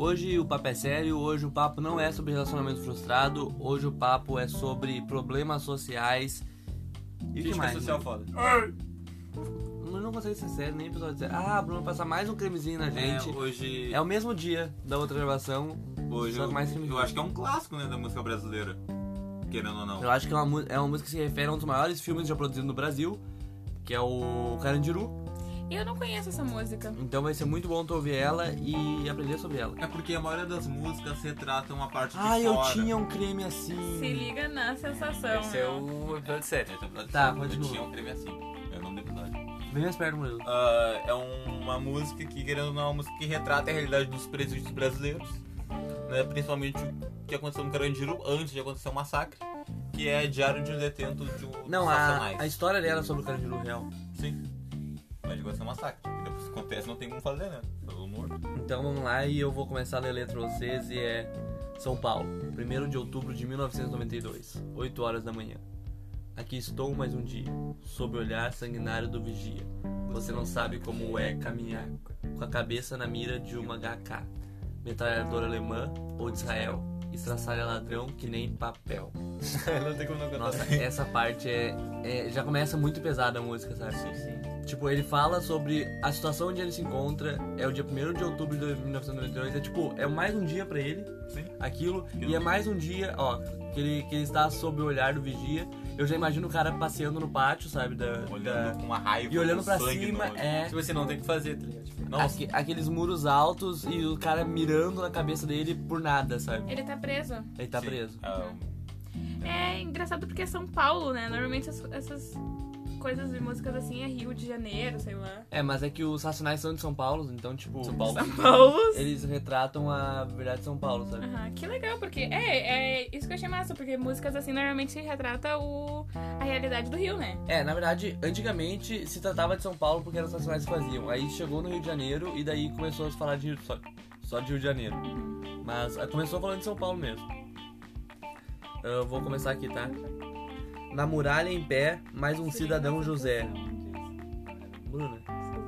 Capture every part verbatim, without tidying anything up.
hoje o papo é sério, hoje o papo não é sobre relacionamento frustrado, hoje o papo é sobre problemas sociais. E o que mais? social foda. Eu não consigo ser sério, nem episódio dizer, ah, Bruno, passa mais um cremezinho na gente. É, hoje... É o mesmo dia da outra gravação, Hoje só eu, que mais eu cremezinho. acho que é um clássico, né, da música brasileira. Querendo ou não. Eu acho que é uma, mu- é uma música que se refere a um dos maiores filmes já produzidos no Brasil, que é o Carandiru. Eu não conheço essa música. Então vai ser muito bom tu ouvir ela e aprender sobre ela. É porque a maioria das músicas retratam a parte de Ah, fora. eu tinha um creme assim. Se liga na sensação. Esse é o episódio sério. Esse é o episódio Tá, sério. continua. Eu tinha um creme assim. É o nome do episódio. Vem mais perto, Murilo. Ah, é uma música que, querendo ou não, é uma música que retrata a realidade dos presídios brasileiros, né? Principalmente o que aconteceu no Carandiru antes de acontecer o massacre, que é Diário de um Detento de um Não, dos a, Racionais. a história dela é sobre o Carandiru real. Sim. Mas de acontecer o massacre. E depois que acontece, não tem como fazer, né? Pelo morto. Então vamos lá e eu vou começar a ler a letra pra vocês e é São Paulo, primeiro de outubro de mil novecentos e noventa e dois, oito horas da manhã. Aqui estou mais um dia, sob o olhar sanguinário do vigia. Você não sabe como é caminhar, com a cabeça na mira de uma H K, metralhadora alemã ou de Israel, estraçalha ladrão que nem papel. Não tem como não cantar. Nossa, essa parte é, é- já começa muito pesada a música, sabe? Sim, sim. Tipo, ele fala sobre a situação onde ele se encontra, é o dia primeiro de outubro de mil novecentos e noventa e dois, é tipo, é mais um dia pra ele, Sim. aquilo, e é mais um dia, ó, que ele, que ele está sob o olhar do vigia. Eu já imagino o cara passeando no pátio, sabe, da... Olhando da- com uma raiva. e olhando com pra sangue cima, no olho. é... Tipo assim, não tem o que fazer, tá ligado? Tipo, Nossa. aque- aqueles muros altos e o cara mirando na cabeça dele por nada, sabe? Ele tá preso. Ele tá Sim. preso. Ah, É engraçado porque é São Paulo, né? Normalmente essas, essas coisas de músicas assim é Rio de Janeiro, sei lá. É, mas é que os Racionais são de São Paulo, então, tipo... São Paulo. São Paulo. Eles retratam a verdade de São Paulo, sabe? Aham, que legal, porque é, é isso que eu achei massa, porque músicas assim normalmente se retrata o, a realidade do Rio, né? É, na verdade, antigamente se tratava de São Paulo porque eram os nacionais que faziam. Aí chegou no Rio de Janeiro e daí começou a se falar de Rio, só, só de Rio de Janeiro. Mas ah, começou falando de São Paulo mesmo. Eu vou começar aqui, tá? Na muralha em pé, mais um cidadão José. Bruna.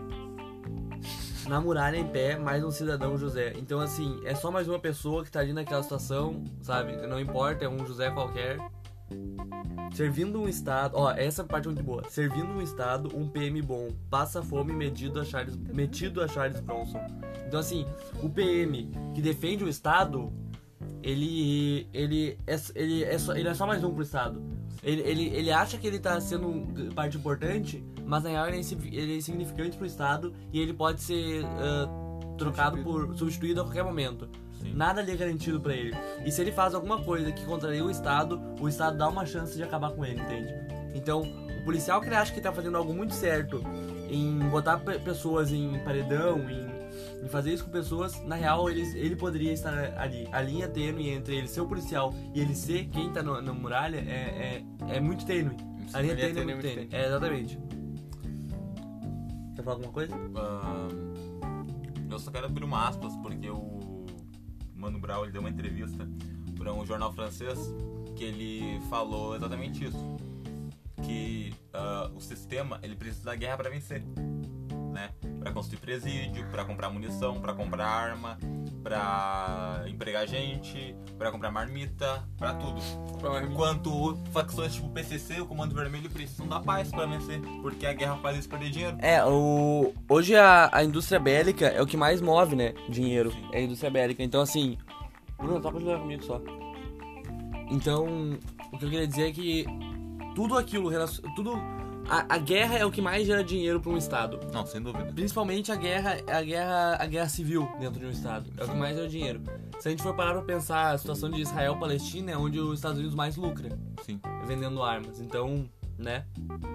Na muralha em pé, mais um cidadão José. Então, assim, é só mais uma pessoa que tá ali naquela situação, sabe? Não importa, é um José qualquer. Servindo um estado, ó, essa parte é muito boa. Servindo um estado, um P M bom, passa fome medido a Charles, metido a Charles Bronson. Então assim, o P M que defende o estado, ele ele é, ele é só, ele é só mais um pro estado. Ele, ele, ele acha que ele tá sendo um parte importante, mas na real ele é, insi- ele é insignificante pro estado e ele pode ser ah, trocado por substituído a qualquer momento. Sim. Nada ali é garantido pra ele. E se ele faz alguma coisa que contraria o Estado, o Estado dá uma chance de acabar com ele, entende? Então, o policial que ele acha que tá fazendo algo muito certo em botar pe- pessoas em paredão, em, em fazer isso com pessoas, na real, ele, ele poderia estar ali. A linha tênue entre ele ser o policial e ele ser quem tá no- na muralha é, é, é muito tênue. A linha A linha tênue é tênue é muito muito tênue. tênue. É, exatamente. Quer falar alguma coisa? Ah, eu só quero abrir uma aspas porque o Mano Brown ele deu uma entrevista para um jornal francês que ele falou exatamente isso, que ah, o sistema ele precisa da guerra para vencer, né? Para construir presídio, para comprar munição, para comprar arma, para empregar gente, para comprar marmita, para tudo. Enquanto facções tipo o P C C, o Comando Vermelho precisam da paz para vencer, porque a guerra faz eles perder dinheiro. É, o... hoje a, a indústria bélica é o que mais move, né? Dinheiro. Sim. É a indústria bélica. Então, assim... Bruno, só pra jogar comigo só. Então, o que eu queria dizer é que tudo aquilo... relacion- Tudo... A, a guerra é o que mais gera dinheiro pra um estado. Não, sem dúvida. Principalmente a guerra, a guerra, a guerra civil dentro de um estado. É o que mais gera dinheiro. Se a gente for parar pra pensar a situação de Israel-Palestina, é onde os Estados Unidos mais lucra. Sim. Vendendo armas. Então, né?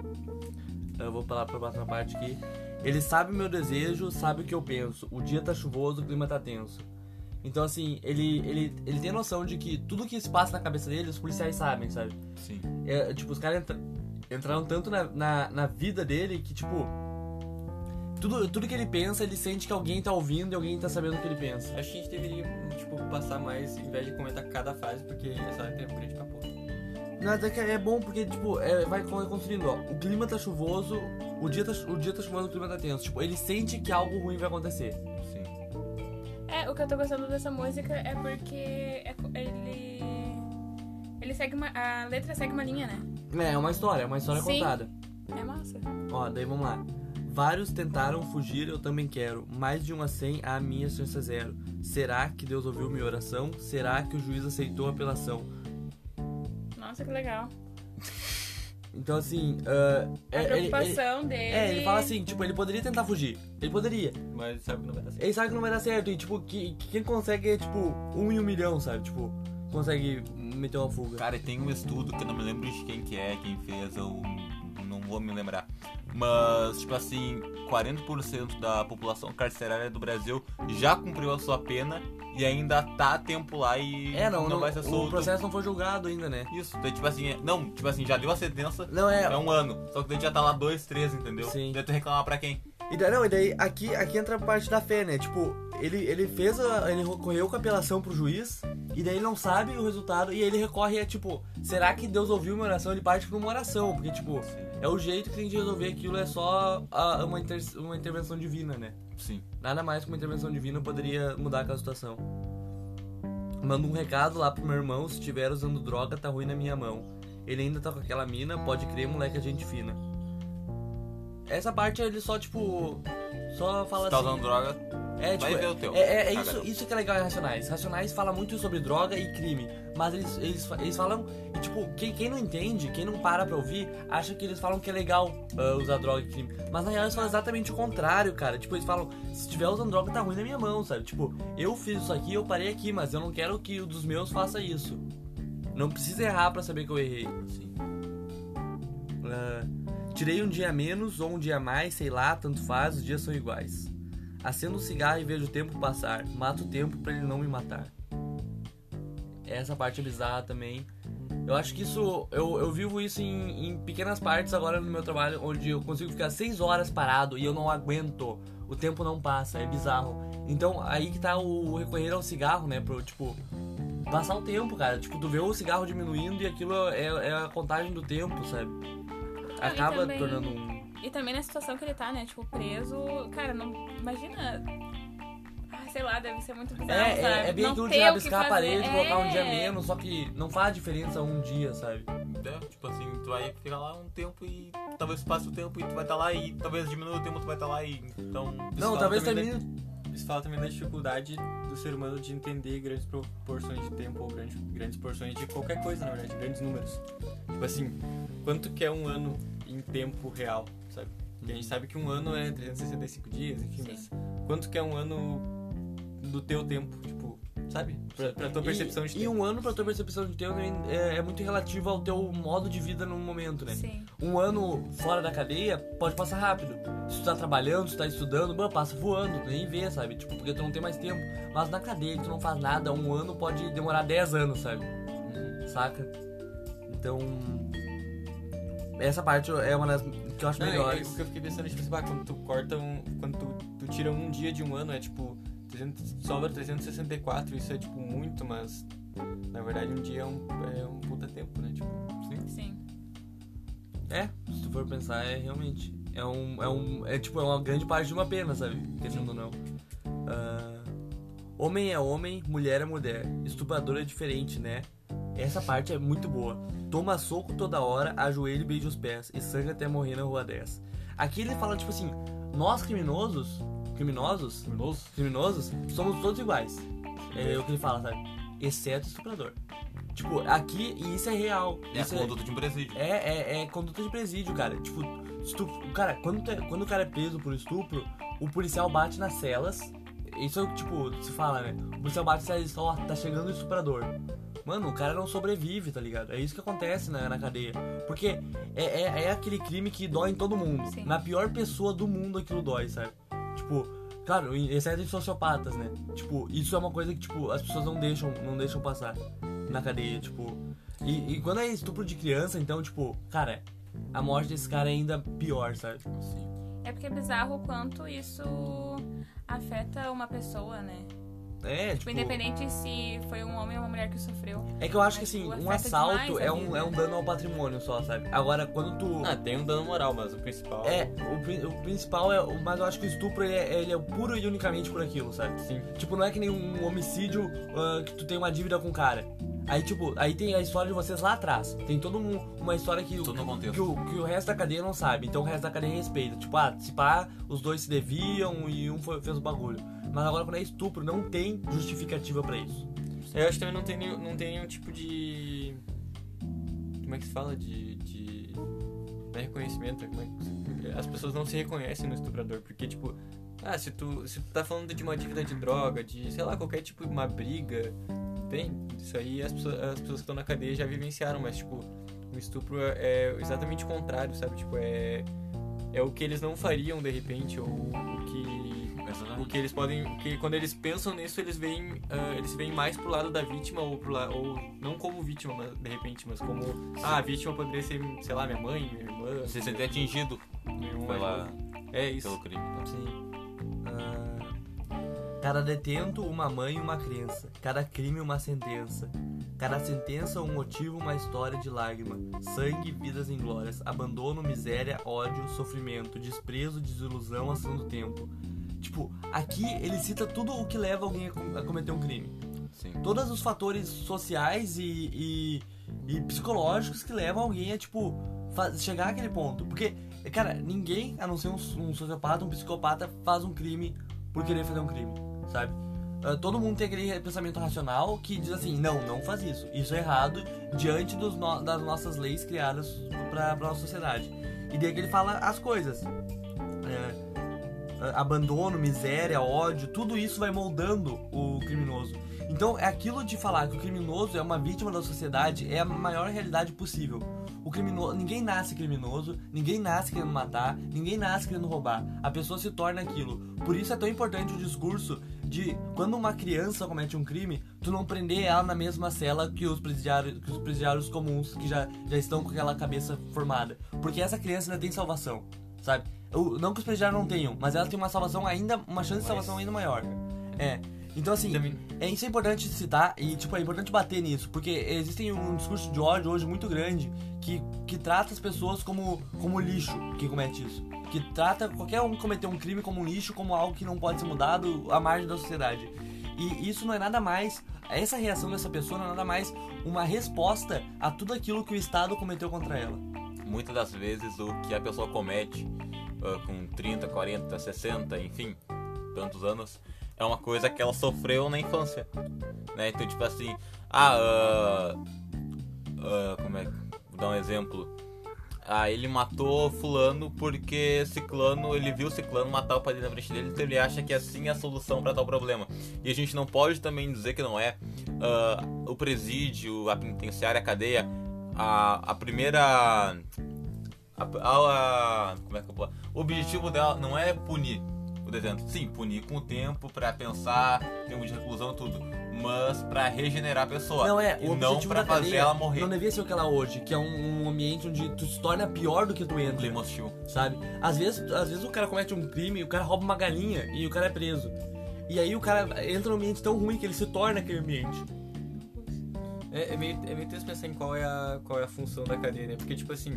Eu vou falar pra próxima parte aqui. Ele sabe o meu desejo, sabe o que eu penso. O dia tá chuvoso, o clima tá tenso. Então, assim, ele, ele, ele tem a noção de que tudo que se passa na cabeça dele, os policiais sabem, sabe? Sim. É, tipo, os caras entra- entraram tanto na, na, na vida dele que, tipo... Tudo, tudo que ele pensa, ele sente que alguém tá ouvindo e alguém tá sabendo o que ele pensa. Acho que a gente deveria, tipo, passar mais, em vez de comentar cada fase, porque essa é tempo grande pra porra. Mas é que é bom porque, tipo, é, vai construindo, ó. O clima tá chuvoso, o dia tá, o dia tá chuvoso, o clima tá tenso. Tipo, ele sente que algo ruim vai acontecer. Sim. É, o que eu tô gostando dessa música é porque é co- ele. Ele segue uma. A letra segue uma linha, né? É, uma história, é uma história Sim. contada. É massa. Ó, daí vamos lá. Vários tentaram fugir, eu também quero. Mais de um a cem, a minha chance é zero. Será que Deus ouviu minha oração? Será que o juiz aceitou a apelação? Nossa, que legal. Então, assim, ah, A é, ele, ele, preocupação dele. é, ele fala assim, tipo, ele poderia tentar fugir. Ele poderia. Mas sabe que não vai dar certo. Ele sabe que não vai dar certo. E, tipo, que, que quem consegue é, tipo, um em um milhão, sabe? Tipo, consegue meter uma fuga. Cara, e tem um estudo que eu não me lembro de quem que é, quem fez, eu não vou me lembrar. Mas, tipo assim, quarenta por cento da população carcerária do Brasil já cumpriu a sua pena e ainda tá a tempo lá e É, não, não, vai ser solto. o processo não foi julgado ainda, né? Isso, daí, tipo assim, é- não, tipo assim, já deu a sentença, Não, é... é um ano. Só que daí já tá lá dois, três, entendeu? Sim. Daí tu reclamar pra quem? E daí, não, e daí aqui, aqui entra a parte da fé, né? Tipo, ele, ele fez a, ele recorreu com a apelação pro juiz, e daí ele não sabe o resultado, e ele recorre a, tipo, será que Deus ouviu minha oração? Ele parte pra uma oração, porque, tipo, é o jeito que tem de resolver aquilo, é só a- uma, inter, uma intervenção divina, né? Sim. Nada mais que uma intervenção divina poderia mudar aquela situação. Manda um recado lá pro meu irmão, se estiver usando droga, tá ruim na minha mão. Ele ainda tá com aquela mina, pode crer, moleque, a gente fina. Essa parte ele só, tipo, só fala Se tá assim... usando droga, É, vai tipo, ver o teu. é, é, é Caga. isso, isso que é legal em Racionais. Racionais fala muito sobre droga e crime, mas eles, eles, fa- eles falam, e tipo, quem, quem não entende, quem não para pra ouvir, acha que eles falam que é legal ah, usar droga e crime. Mas na real eles falam exatamente o contrário, cara. Tipo, eles falam, se estiver usando droga tá ruim na minha mão, sabe? Tipo, eu fiz isso aqui, eu parei aqui, mas eu não quero que o dos meus faça isso. Não precisa errar pra saber que eu errei. Sim. Ah, tirei um dia a menos ou um dia a mais, sei lá, tanto faz, os dias são iguais. Acendo um cigarro e vejo o tempo passar. Mato o tempo pra ele não me matar. Essa parte é bizarra também. Eu acho que isso... Eu, eu vivo isso em, em pequenas partes agora no meu trabalho, onde eu consigo ficar seis horas parado e eu não aguento. O tempo não passa, é bizarro. Então, aí que tá o recorrer ao cigarro, né? Pro, tipo... Passar o tempo, cara. Tipo, tu vê o cigarro diminuindo e aquilo é, é a contagem do tempo, sabe? Ah, e Acaba também- tornando um... E também na situação que ele tá, né? Tipo, preso. Cara, não. Imagina. Ah, sei lá, deve ser muito bizarro, É, sabe? é, é bem não aquilo de ter o que rabiscar a fazer. parede, colocar um dia É. menos, só que não faz diferença um dia, sabe? É, tipo assim, tu vai ficar lá um tempo e talvez passe o tempo e tu vai estar lá e talvez diminua o tempo e tu vai estar lá e então... Isso Não, fala talvez também termine... da- Isso fala também da dificuldade do ser humano de entender grandes proporções de tempo ou grandes, grandes porções de qualquer coisa, na verdade, grandes números. Tipo assim, quanto que é um ano em tempo real, sabe? Porque a gente sabe que um ano é trezentos e sessenta e cinco dias, enfim, Sim. mas quanto que é um ano do teu tempo, tipo, sabe? Pra, pra tua percepção e, de E tempo. um ano pra tua percepção de tempo é, é muito relativo ao teu modo de vida no momento, né? Sim. Um ano fora da cadeia pode passar rápido. Se tu tá trabalhando, se tu tá estudando, mano, passa voando, tu nem vê, sabe? Tipo, porque tu não tem mais tempo. Mas na cadeia, tu não faz nada, um ano pode demorar dez anos, sabe? Saca? Então... Essa parte é uma das que eu acho Não, é- é melhores. o que eu fiquei pensando, tipo assim, bah, quando tu corta um. Quando tu, tu tira um dia de um ano, é tipo. trezentos, sobra trezentos e sessenta e quatro, isso é tipo muito, mas. Na verdade, um dia é um, é um puta tempo, né? Tipo, sim. Sim. É, se tu for pensar, é realmente. É um. É um. É tipo, é uma grande parte de uma pena, sabe? Querendo ou não. Ah, homem é homem, mulher é mulher. Estuprador é diferente, né? Essa parte é muito boa. Toma soco toda hora, ajoelha e beija os pés. E sangue até morrer na rua dez. Aqui ele fala, tipo assim, nós criminosos. Criminosos? Criminoso? Criminosos, somos todos iguais. É o que ele fala, sabe? Exceto o estuprador. Tipo, aqui, e isso é real. É a Isso conduta de um presídio. é, é, é conduta de presídio, cara. Tipo, se tu, cara, quando, tu é- quando o cara é preso por estupro, o policial bate nas celas. Isso é o que, tipo, se fala, né? O policial bate nas celas e diz, ó, tá chegando o estuprador. Mano, o cara não sobrevive, tá ligado? É isso que acontece na, na cadeia. Porque é, é, é aquele crime que dói em todo mundo. Sim. Na pior pessoa do mundo aquilo dói, sabe? Tipo, claro, exceto em sociopatas, né? Tipo, isso é uma coisa que, tipo, as pessoas não deixam, não deixam passar na cadeia, tipo... E, e quando é estupro de criança, então, tipo, cara, a morte desse cara é ainda pior, sabe? Sim. É porque é bizarro o quanto isso afeta uma pessoa, né? É, Tipo, tipo... independente se foi um homem ou uma mulher que sofreu. É que eu acho que Mas, assim, tipo, um afeta assalto demais a é um, vida. é um dano ao patrimônio só, sabe? Agora, quando tu... Ah, tem um dano moral, mas o principal... É, o, pri- o principal é... o- Mas eu acho que o estupro, ele é, ele é puro e unicamente por aquilo, sabe? Sim. Tipo, não é que nem um homicídio ah, que tu tem uma dívida com o cara. Aí, tipo, aí tem a história de vocês lá atrás. Tem toda um, uma história que, o- Tudo no contexto. que, o, que o resto da cadeia não sabe. Então o resto da cadeia respeita. Tipo, ah, se pá, os dois se deviam e um foi- fez o bagulho. Mas agora quando é estupro, não tem justificativa pra isso. Eu acho que também não tem nenhum, não tem nenhum tipo de... Como é que se fala? De... de... Não é reconhecimento, como é que... As pessoas não se reconhecem no estuprador, porque, tipo... Ah, se tu, se tu tá falando de uma dívida de droga, de, sei lá, qualquer tipo de uma briga... Tem, isso aí as pessoas, as pessoas que estão na cadeia já vivenciaram, mas, tipo... O estupro é exatamente o contrário, sabe? Tipo, é... É o que eles não fariam, de repente, ou o que... O que eles podem... Que quando eles pensam nisso, eles veem... ah, eles veem mais pro lado da vítima, ou pro lado... Ou não como vítima, mas, de repente, mas como... Ah, a vítima poderia ser, sei lá, minha mãe, minha irmã... Se sentir atingido meu irmão pela, mais novo. É isso. pelo crime. Então. Sim. Ah, cada detento, uma mãe e uma crença. Cada crime, uma sentença. Cada sentença, um motivo, uma história de lágrima. Sangue, vidas inglórias. Abandono, miséria, ódio, sofrimento. Desprezo, desilusão, ação do tempo. Tipo, aqui ele cita tudo o que leva alguém a com- a cometer um crime. Sim. Todos os fatores sociais e, e, e psicológicos que levam alguém a, tipo, fa- chegar àquele ponto. Porque, cara, ninguém, a não ser um, um sociopata, um psicopata, faz um crime por querer fazer um crime, sabe? Ah, todo mundo tem aquele pensamento racional que diz assim, não, não faz isso. Isso é errado diante dos no- das nossas leis criadas pra, pra nossa sociedade. E daí que ele fala as coisas. É, abandono, miséria, ódio, tudo isso vai moldando o criminoso. Então é aquilo de falar que o criminoso é uma vítima da sociedade é a maior realidade possível. O criminoso, ninguém nasce criminoso, ninguém nasce querendo matar, ninguém nasce querendo roubar. A pessoa se torna aquilo. Por isso é tão importante o discurso de quando uma criança comete um crime, tu não prender ela na mesma cela que os presidiários, que os presidiários comuns que já, já estão com aquela cabeça formada. Porque essa criança ainda tem salvação, sabe? O- Não que os presidiários não tenham, mas ela tem uma salvação ainda, uma chance de salvação ainda maior. É. Então assim, Também- é, isso é importante citar e tipo, é importante bater nisso, porque existe um discurso de ódio hoje muito grande que, que trata as pessoas como, como lixo, quem comete isso. Que trata qualquer um que cometer um crime como um lixo, como algo que não pode ser mudado à margem da sociedade. E isso não é nada mais, essa reação dessa pessoa não é nada mais uma resposta a tudo aquilo que o Estado cometeu contra ela. Muitas das vezes o que a pessoa comete ah, com trinta, quarenta, sessenta, enfim, tantos anos, é uma coisa que ela sofreu na infância, né? Então, tipo assim, ah, ah, ah, como é que... Vou dar um exemplo. Ah, ele matou fulano porque ciclano, ele viu ciclano matar o pai dele na frente dele, então ele acha que assim é a solução pra tal problema. E a gente não pode também dizer que não é. Ah, o presídio, a penitenciária, a cadeia, a, a primeira... A, a, a- como é que eu posso... O objetivo dela não é punir o detento. Sim, punir com o tempo pra pensar, tempo de reclusão, tudo. Mas pra regenerar a pessoa. Não é, e o não objetivo pra da fazer cadeia ela morrer. não devia ser o que ela é hoje, que é um, um ambiente onde tu se torna pior do que tu entra. Clima hostil. Sabe? Às vezes, às vezes o cara comete um crime, o cara rouba uma galinha e o cara é preso. E aí o cara entra num ambiente tão ruim que ele se torna aquele ambiente. É, é meio, é meio triste pensar em qual é, a, qual é a função da cadeia, né? Porque, tipo assim,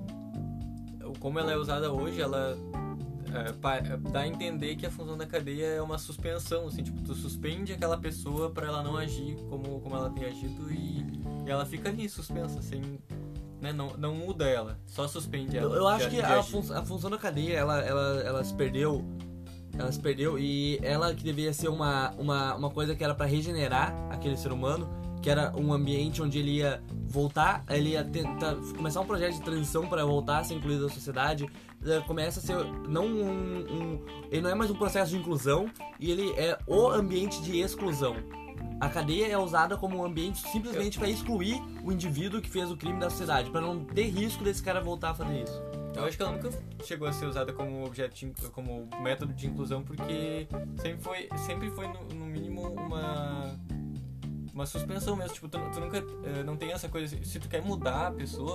o- como ela é usada hoje, ela é, pa- dá a entender que a função da cadeia é uma suspensão, assim, tipo, tu suspende aquela pessoa pra ela não agir como, como ela tem agido e, e ela fica ali suspensa, sem... Né? Não, não muda ela, só suspende ela. Eu, eu acho de- que de a, agir. fun- a função da cadeia, ela, ela, ela se perdeu. Ela se perdeu e ela que deveria ser uma, uma, uma coisa que era pra regenerar aquele ser humano, que era um ambiente onde ele ia voltar, ele ia tentar começar um projeto de transição para voltar a ser incluído na sociedade. eh, Começa a ser não um, um, ele não é mais um processo de inclusão e ele é o ambiente de exclusão. A cadeia é usada como um ambiente simplesmente para excluir o indivíduo que fez o crime da sociedade, para não ter risco desse cara voltar a fazer isso. Eu acho que ela nunca chegou a ser usada como objeto de, in- como método de inclusão, porque sempre foi, sempre foi no, no mínimo uma uma suspensão mesmo. Tipo, tu, tu nunca eh, não tem essa coisa. Se tu quer mudar a pessoa,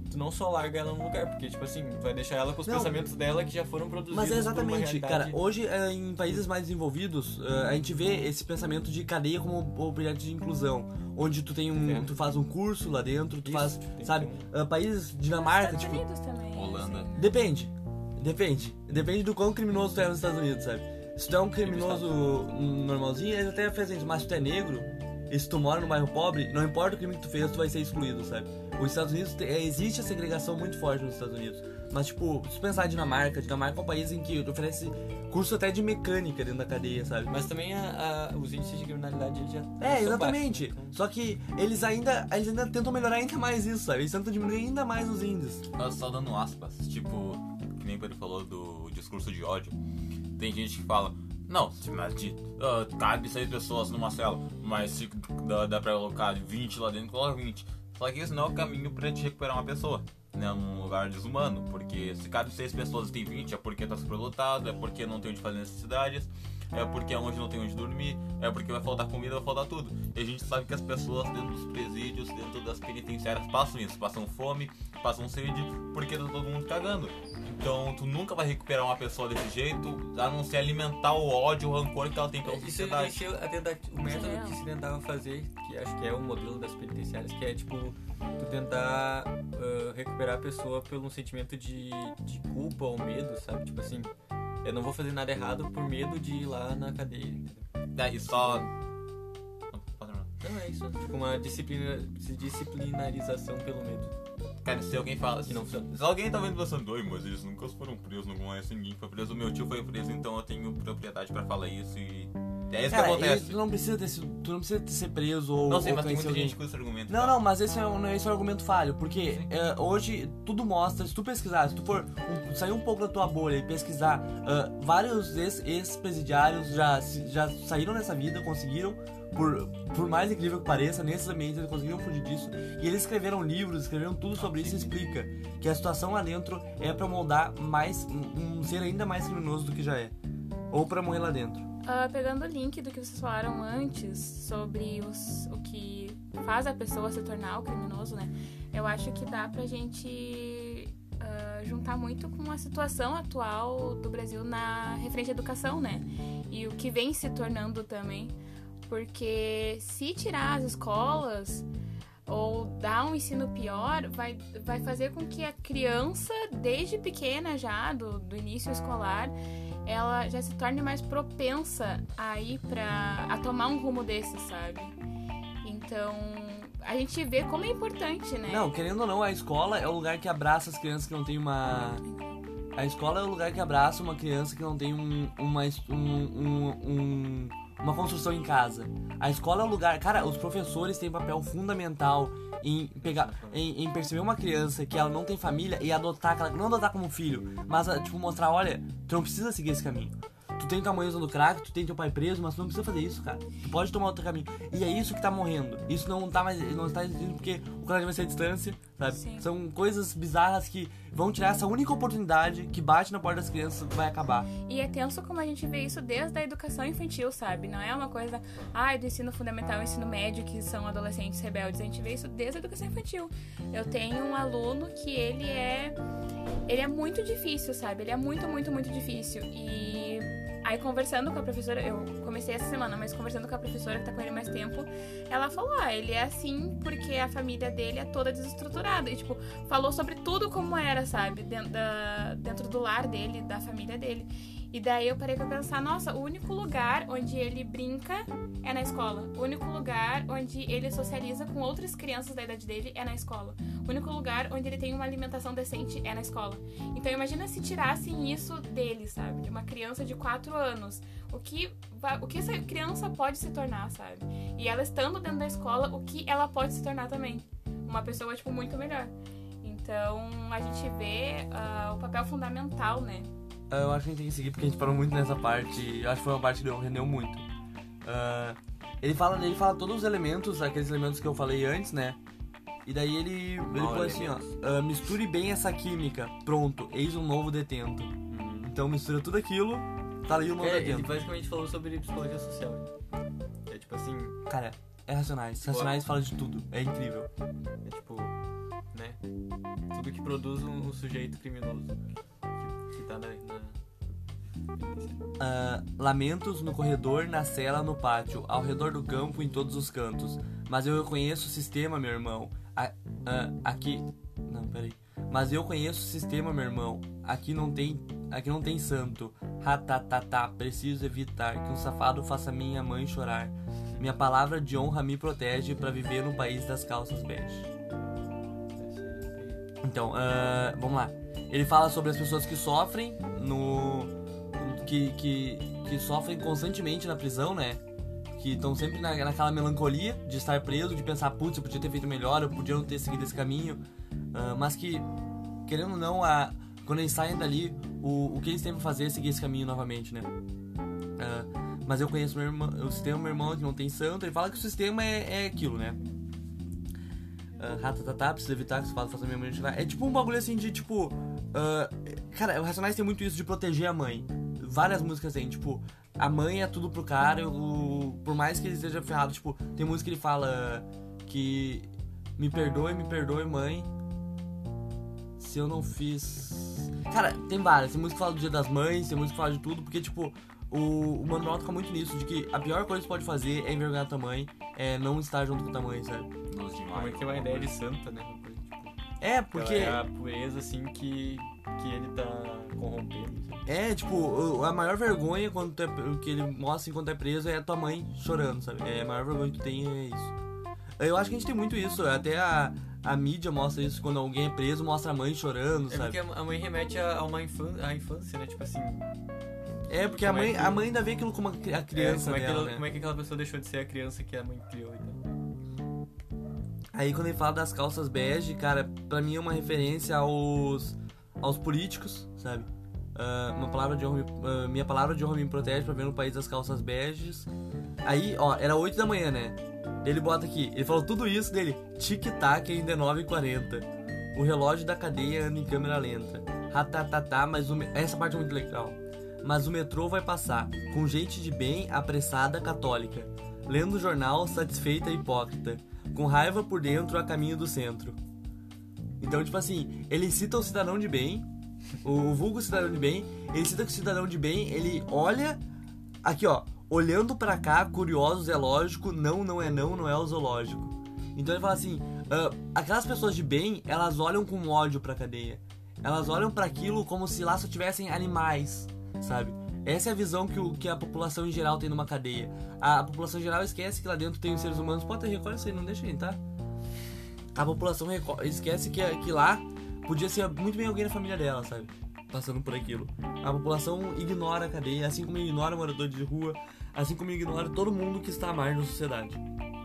tu não só larga ela no lugar, porque, tipo assim, tu vai deixar ela com os Não. pensamentos dela que já foram produzidos Mas é por uma exatamente, cara, realidade. hoje é, em países mais desenvolvidos, é, a gente vê esse pensamento de cadeia como objeto de inclusão, onde tu tem um, É. tu faz um curso lá dentro, tu Isso, faz, tem que sabe, ter é, países, Dinamarca, Estados tipo, Unidos também. Holanda. assim. depende, depende, depende do quão criminoso tu é nos Estados Unidos, sabe? Se tu é um criminoso normalzinho, eles até fazem isso, mas se tu é negro, e se tu mora num bairro pobre, não importa o crime que tu fez, tu vai ser excluído, sabe? Os Estados Unidos, te- é, existe a segregação muito forte nos Estados Unidos. Mas, tipo, se tu pensar em Dinamarca, Dinamarca é um país em que oferece curso até de mecânica dentro da cadeia, sabe? Mas também a, a- os índices de criminalidade já É, são exatamente. baixos, né? Só que eles ainda, eles ainda tentam melhorar ainda mais isso, sabe? Eles tentam diminuir ainda mais os índices. Mas só dando aspas, tipo, que nem o Pedro falou do discurso de ódio. Tem gente que fala, não, se mas de, ah, cabe seis pessoas numa cela, mas se dá, dá pra colocar vinte lá dentro, coloca vinte. Só que isso não é o caminho pra te recuperar uma pessoa, né, num lugar desumano, porque se cabe seis pessoas e tem vinte, é porque tá superlotado, é porque não tem onde fazer necessidades, é porque é onde não tem onde dormir, é porque vai faltar comida, vai faltar tudo. E a gente sabe que as pessoas dentro dos presídios, dentro das penitenciárias passam isso, passam fome, passam sede, porque tá todo mundo cagando. Então tu nunca vai recuperar uma pessoa desse jeito, a não ser alimentar o ódio, o rancor que ela tem pela Isso sociedade. existe a tentati- o método É. que se tentava fazer, que acho que é o modelo das penitenciárias, que é tipo, tu tentar ah, recuperar a pessoa pelo sentimento de, de culpa ou medo, sabe? Tipo assim, eu não vou fazer nada errado por medo de ir lá na cadeia, entendeu? É, e só... Pode terminar. Não, é isso. Tipo, uma disciplina, disciplinarização pelo medo. Cara, se alguém fala... Que não funciona. Se alguém tá vendo pensando, "Oi, mas eles nunca foram presos, não conhece ninguém que foi preso. O meu tio foi preso, então eu tenho propriedade pra falar isso e... É isso Cara, que acontece. e tu não precisa ter sido, tu não precisa ter- ser preso ou, Não sei, ou mas tem conhecer muita alguém. gente com esse argumento. Não, tá? não, mas esse é, um, esse é um argumento falho, porque é, hoje tudo mostra, se tu pesquisar, se tu for um, sair um pouco da tua bolha e pesquisar, ah, vários ex- ex-presidiários já, se- já saíram nessa vida, conseguiram, por, por mais incrível que pareça, nesses ambientes eles conseguiram fugir disso, e eles escreveram livros, escreveram tudo sobre isso e explica que a situação lá dentro é pra moldar mais, um, um ser ainda mais criminoso do que já é, ou pra morrer lá dentro. Ah, pegando o link do que vocês falaram antes sobre os, o que faz a pessoa se tornar o criminoso, né? Eu acho que dá pra gente ah, juntar muito com a situação atual do Brasil na referente à educação, né? E o que vem se tornando também. Porque se tirar as escolas ou dar um ensino pior, vai, vai fazer com que a criança, desde pequena já, do, do início escolar, ela já se torne mais propensa a ir pra... a tomar um rumo desse, sabe? Então, a gente vê como é importante, né? Não, querendo ou não, a escola é o lugar que abraça as crianças que não tem uma... A escola é o lugar que abraça uma criança que não tem um, uma, um, um, um, uma construção em casa. A escola é o lugar... Cara, os professores têm papel fundamental em pegar, em, em perceber uma criança que ela não tem família e adotar aquela... Não adotar como filho, mas tipo mostrar, olha, tu não precisa seguir esse caminho. Tu tem tua mãe usando crack, tu tem teu pai preso, mas tu não precisa fazer isso, cara. Tu pode tomar outro caminho. E é isso que tá morrendo. Isso não tá mais... Não está existindo porque o colégio vai ser à distância, sabe? Sim. São coisas bizarras que vão tirar essa única oportunidade que bate na porta das crianças, vai acabar. E é tenso como a gente vê isso desde a educação infantil, sabe? Não é uma coisa, ai, do ensino fundamental e ensino médio, que são adolescentes rebeldes. A gente vê isso desde a educação infantil. Eu tenho um aluno que ele é... Ele é muito difícil, sabe? Ele é muito, muito, muito difícil. E... Aí, conversando com a professora, eu comecei essa semana, mas conversando com a professora que tá com ele mais tempo, ela falou, ah, ele é assim porque a família dele é toda desestruturada. E, tipo, falou sobre tudo como era, sabe? Dentro, da, dentro do lar dele, da família dele. E daí eu parei pra pensar, nossa, o único lugar onde ele brinca é na escola. O único lugar onde ele socializa com outras crianças da idade dele é na escola. O único lugar onde ele tem uma alimentação decente é na escola. Então imagina se tirassem isso dele, sabe? De uma criança de quatro anos. O que, vai, o que essa criança pode se tornar, sabe? E ela estando dentro da escola, o que ela pode se tornar também. Uma pessoa, tipo, muito melhor. Então a gente vê uh, o papel fundamental, né? Eu acho que a gente tem que seguir porque a gente parou muito nessa parte. Eu acho que foi uma parte que rendeu muito. Ah, ele, fala, ele fala todos os elementos, aqueles elementos que eu falei antes, né? E daí ele, ele Mal põe assim, ó, ah, misture bem essa química, pronto, eis um novo detento. Então mistura tudo aquilo, tá ali o novo É, ele detento. basicamente falou sobre psicologia social. É tipo assim, Cara, é Racionais. Racionais fala de tudo, é incrível. é tipo, né? produz um, um sujeito criminoso que, que tá na... na... Uh, lamentos no corredor, na cela, no pátio, ao redor do campo, em todos os cantos. Mas eu conheço o sistema, meu irmão. A, uh, aqui... Não, peraí. Mas eu conheço o sistema, meu irmão. Aqui não tem... Aqui não tem santo. Ratatatá, preciso evitar que um safado faça minha mãe chorar. Minha palavra de honra me protege pra viver no país das calças bege. Então, uh, vamos lá. Ele fala sobre as pessoas que sofrem no... Que, que, que sofrem constantemente na prisão, né? Que estão sempre na, naquela melancolia de estar preso, de pensar, putz, eu podia ter feito melhor, eu podia não ter seguido esse caminho. Uh, mas que, querendo ou não, a, quando eles saem dali, o, o que eles têm pra fazer é seguir esse caminho novamente, né? Uh, mas eu conheço meu irmão, o sistema, meu irmão, que não tem santo. Ele fala que o sistema é, é aquilo, né? Uh, Ratatatá, precisa evitar que você faça minha mãe chorar. É tipo um bagulho assim de, tipo... Uh, cara, o Racionais tem muito isso de proteger a mãe. Várias músicas tem, tipo, a mãe é tudo pro cara, o, por mais que ele esteja ferrado, tipo, tem música que ele fala que me perdoe, me perdoe, mãe, se eu não fiz... Cara, tem várias, tem música que fala do Dia das Mães, tem música que fala de tudo, porque, tipo, o, o Mano Brown toca muito nisso, de que a pior coisa que você pode fazer é envergonhar tua mãe, é não estar junto com tua mãe, sabe? Como é que é uma ideia de santa, né? É, porque... Ela é a pureza, assim, que, que ele tá corrompendo. Assim. É, tipo, a maior vergonha quando tu é, que ele mostra enquanto é preso é a tua mãe chorando, sabe? É, a maior vergonha que tu tem é isso. Eu acho que a gente tem muito isso, até a, a mídia mostra isso, quando alguém é preso, mostra a mãe chorando, é sabe? É porque a mãe remete a uma infância, a infância, né? Tipo assim... É, porque a mãe, é que... a mãe ainda vê aquilo como a criança é, como, dela, é que, né? como é que aquela pessoa deixou de ser a criança que a mãe criou, então... Aí quando ele fala das calças bege, cara, pra mim é uma referência aos, aos políticos, sabe? Uh, uma palavra de honra, uh, minha palavra de honra me protege pra ver no país das calças beges. Aí, ó, era oito da manhã, né? Ele bota aqui, ele falou tudo isso dele, tic-tac ainda é nove e quarenta. O relógio da cadeia anda em câmera lenta. Ratatatá, mas o... Essa parte é muito legal. Mas o metrô vai passar, com gente de bem, apressada, católica. Lendo o jornal, satisfeita e hipócrita. Com raiva por dentro a caminho do centro. Então, tipo assim, ele cita o cidadão de bem, o vulgo cidadão de bem, ele cita que o cidadão de bem, ele olha, aqui ó, olhando pra cá, curiosos é lógico, não, não é não, não é o zoológico. Então ele fala assim, uh, aquelas pessoas de bem, elas olham com ódio pra cadeia. Elas olham pra aquilo como se lá só tivessem animais, sabe? Essa é a visão que, o, que a população em geral tem numa cadeia. A, a população em geral esquece que lá dentro tem os seres humanos. Pode recolhe isso aí, não deixa aí, tá? A população esquece que, que lá podia ser muito bem alguém da família dela, sabe? Passando por aquilo. A população ignora a cadeia, assim como ignora morador de rua, assim como ignora todo mundo que está à margem da sociedade.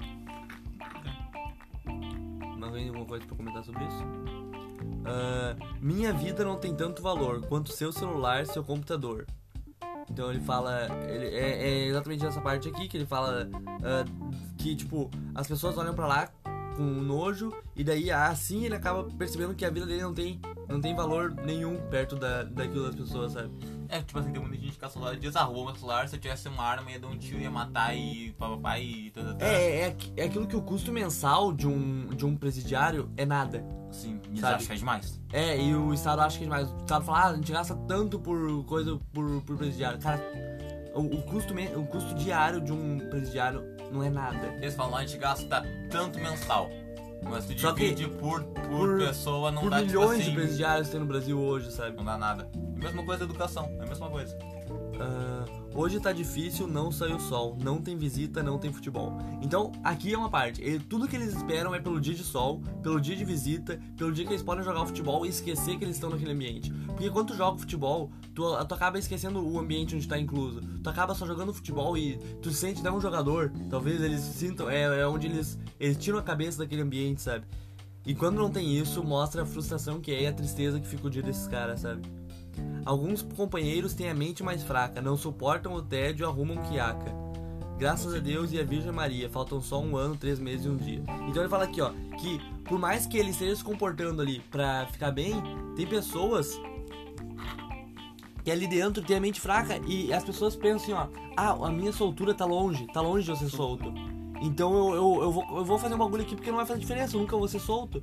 Mas tem alguma coisa pra comentar sobre isso? Uh, minha vida não tem tanto valor quanto seu celular, seu computador. Então ele fala, ele, é, é exatamente essa parte aqui que ele fala uh, que, tipo, as pessoas olham pra lá com nojo e daí assim ele acaba percebendo que a vida dele não tem, não tem valor nenhum perto da, daquilo das pessoas, sabe? É, tipo assim, tem muita gente que a celular desarrumou meu celular, se eu tivesse uma arma ia dar um tiro, ia matar e papai e tal, tal. É, é, é aquilo que o custo mensal de um, de um presidiário é nada. Sim, eles acham que é demais. É, e o Estado acha que é demais. O Estado fala, ah, a gente gasta tanto por coisa, por, por presidiário. Cara, o, o, custo, o custo diário de um presidiário não é nada. Eles falam, a gente gasta tanto mensal. Mas se Só divide por, por, por pessoa, não por dá milhões tipo assim, de presidiários que tem no Brasil hoje, sabe? Não dá nada. É a mesma coisa da educação, é a mesma coisa. Uh, hoje tá difícil, não sai o sol, não tem visita, não tem futebol. Então, aqui é uma parte. Ele, tudo que eles esperam é pelo dia de sol, pelo dia de visita, pelo dia que eles podem jogar o futebol e esquecer que eles estão naquele ambiente. Porque quando tu joga futebol, tu, tu acaba esquecendo o ambiente onde tá incluso. Tu acaba só jogando futebol e tu se sente não um jogador. Talvez eles sintam, é, é onde eles, eles tiram a cabeça daquele ambiente, sabe? E quando não tem isso, mostra a frustração que é e a tristeza que fica o dia desses caras, sabe? Alguns companheiros têm a mente mais fraca, não suportam o tédio e arrumam quiaca. Graças a Deus e a Virgem Maria, faltam só um ano, três meses e um dia. Então ele fala aqui, ó, que por mais que ele esteja se comportando ali pra ficar bem, tem pessoas que ali dentro tem a mente fraca e as pessoas pensam assim, ó, ah, a minha soltura tá longe, tá longe de eu ser solto. Então eu, eu, eu, vou, eu vou fazer um bagulho aqui porque não vai fazer diferença, eu nunca vou ser solto.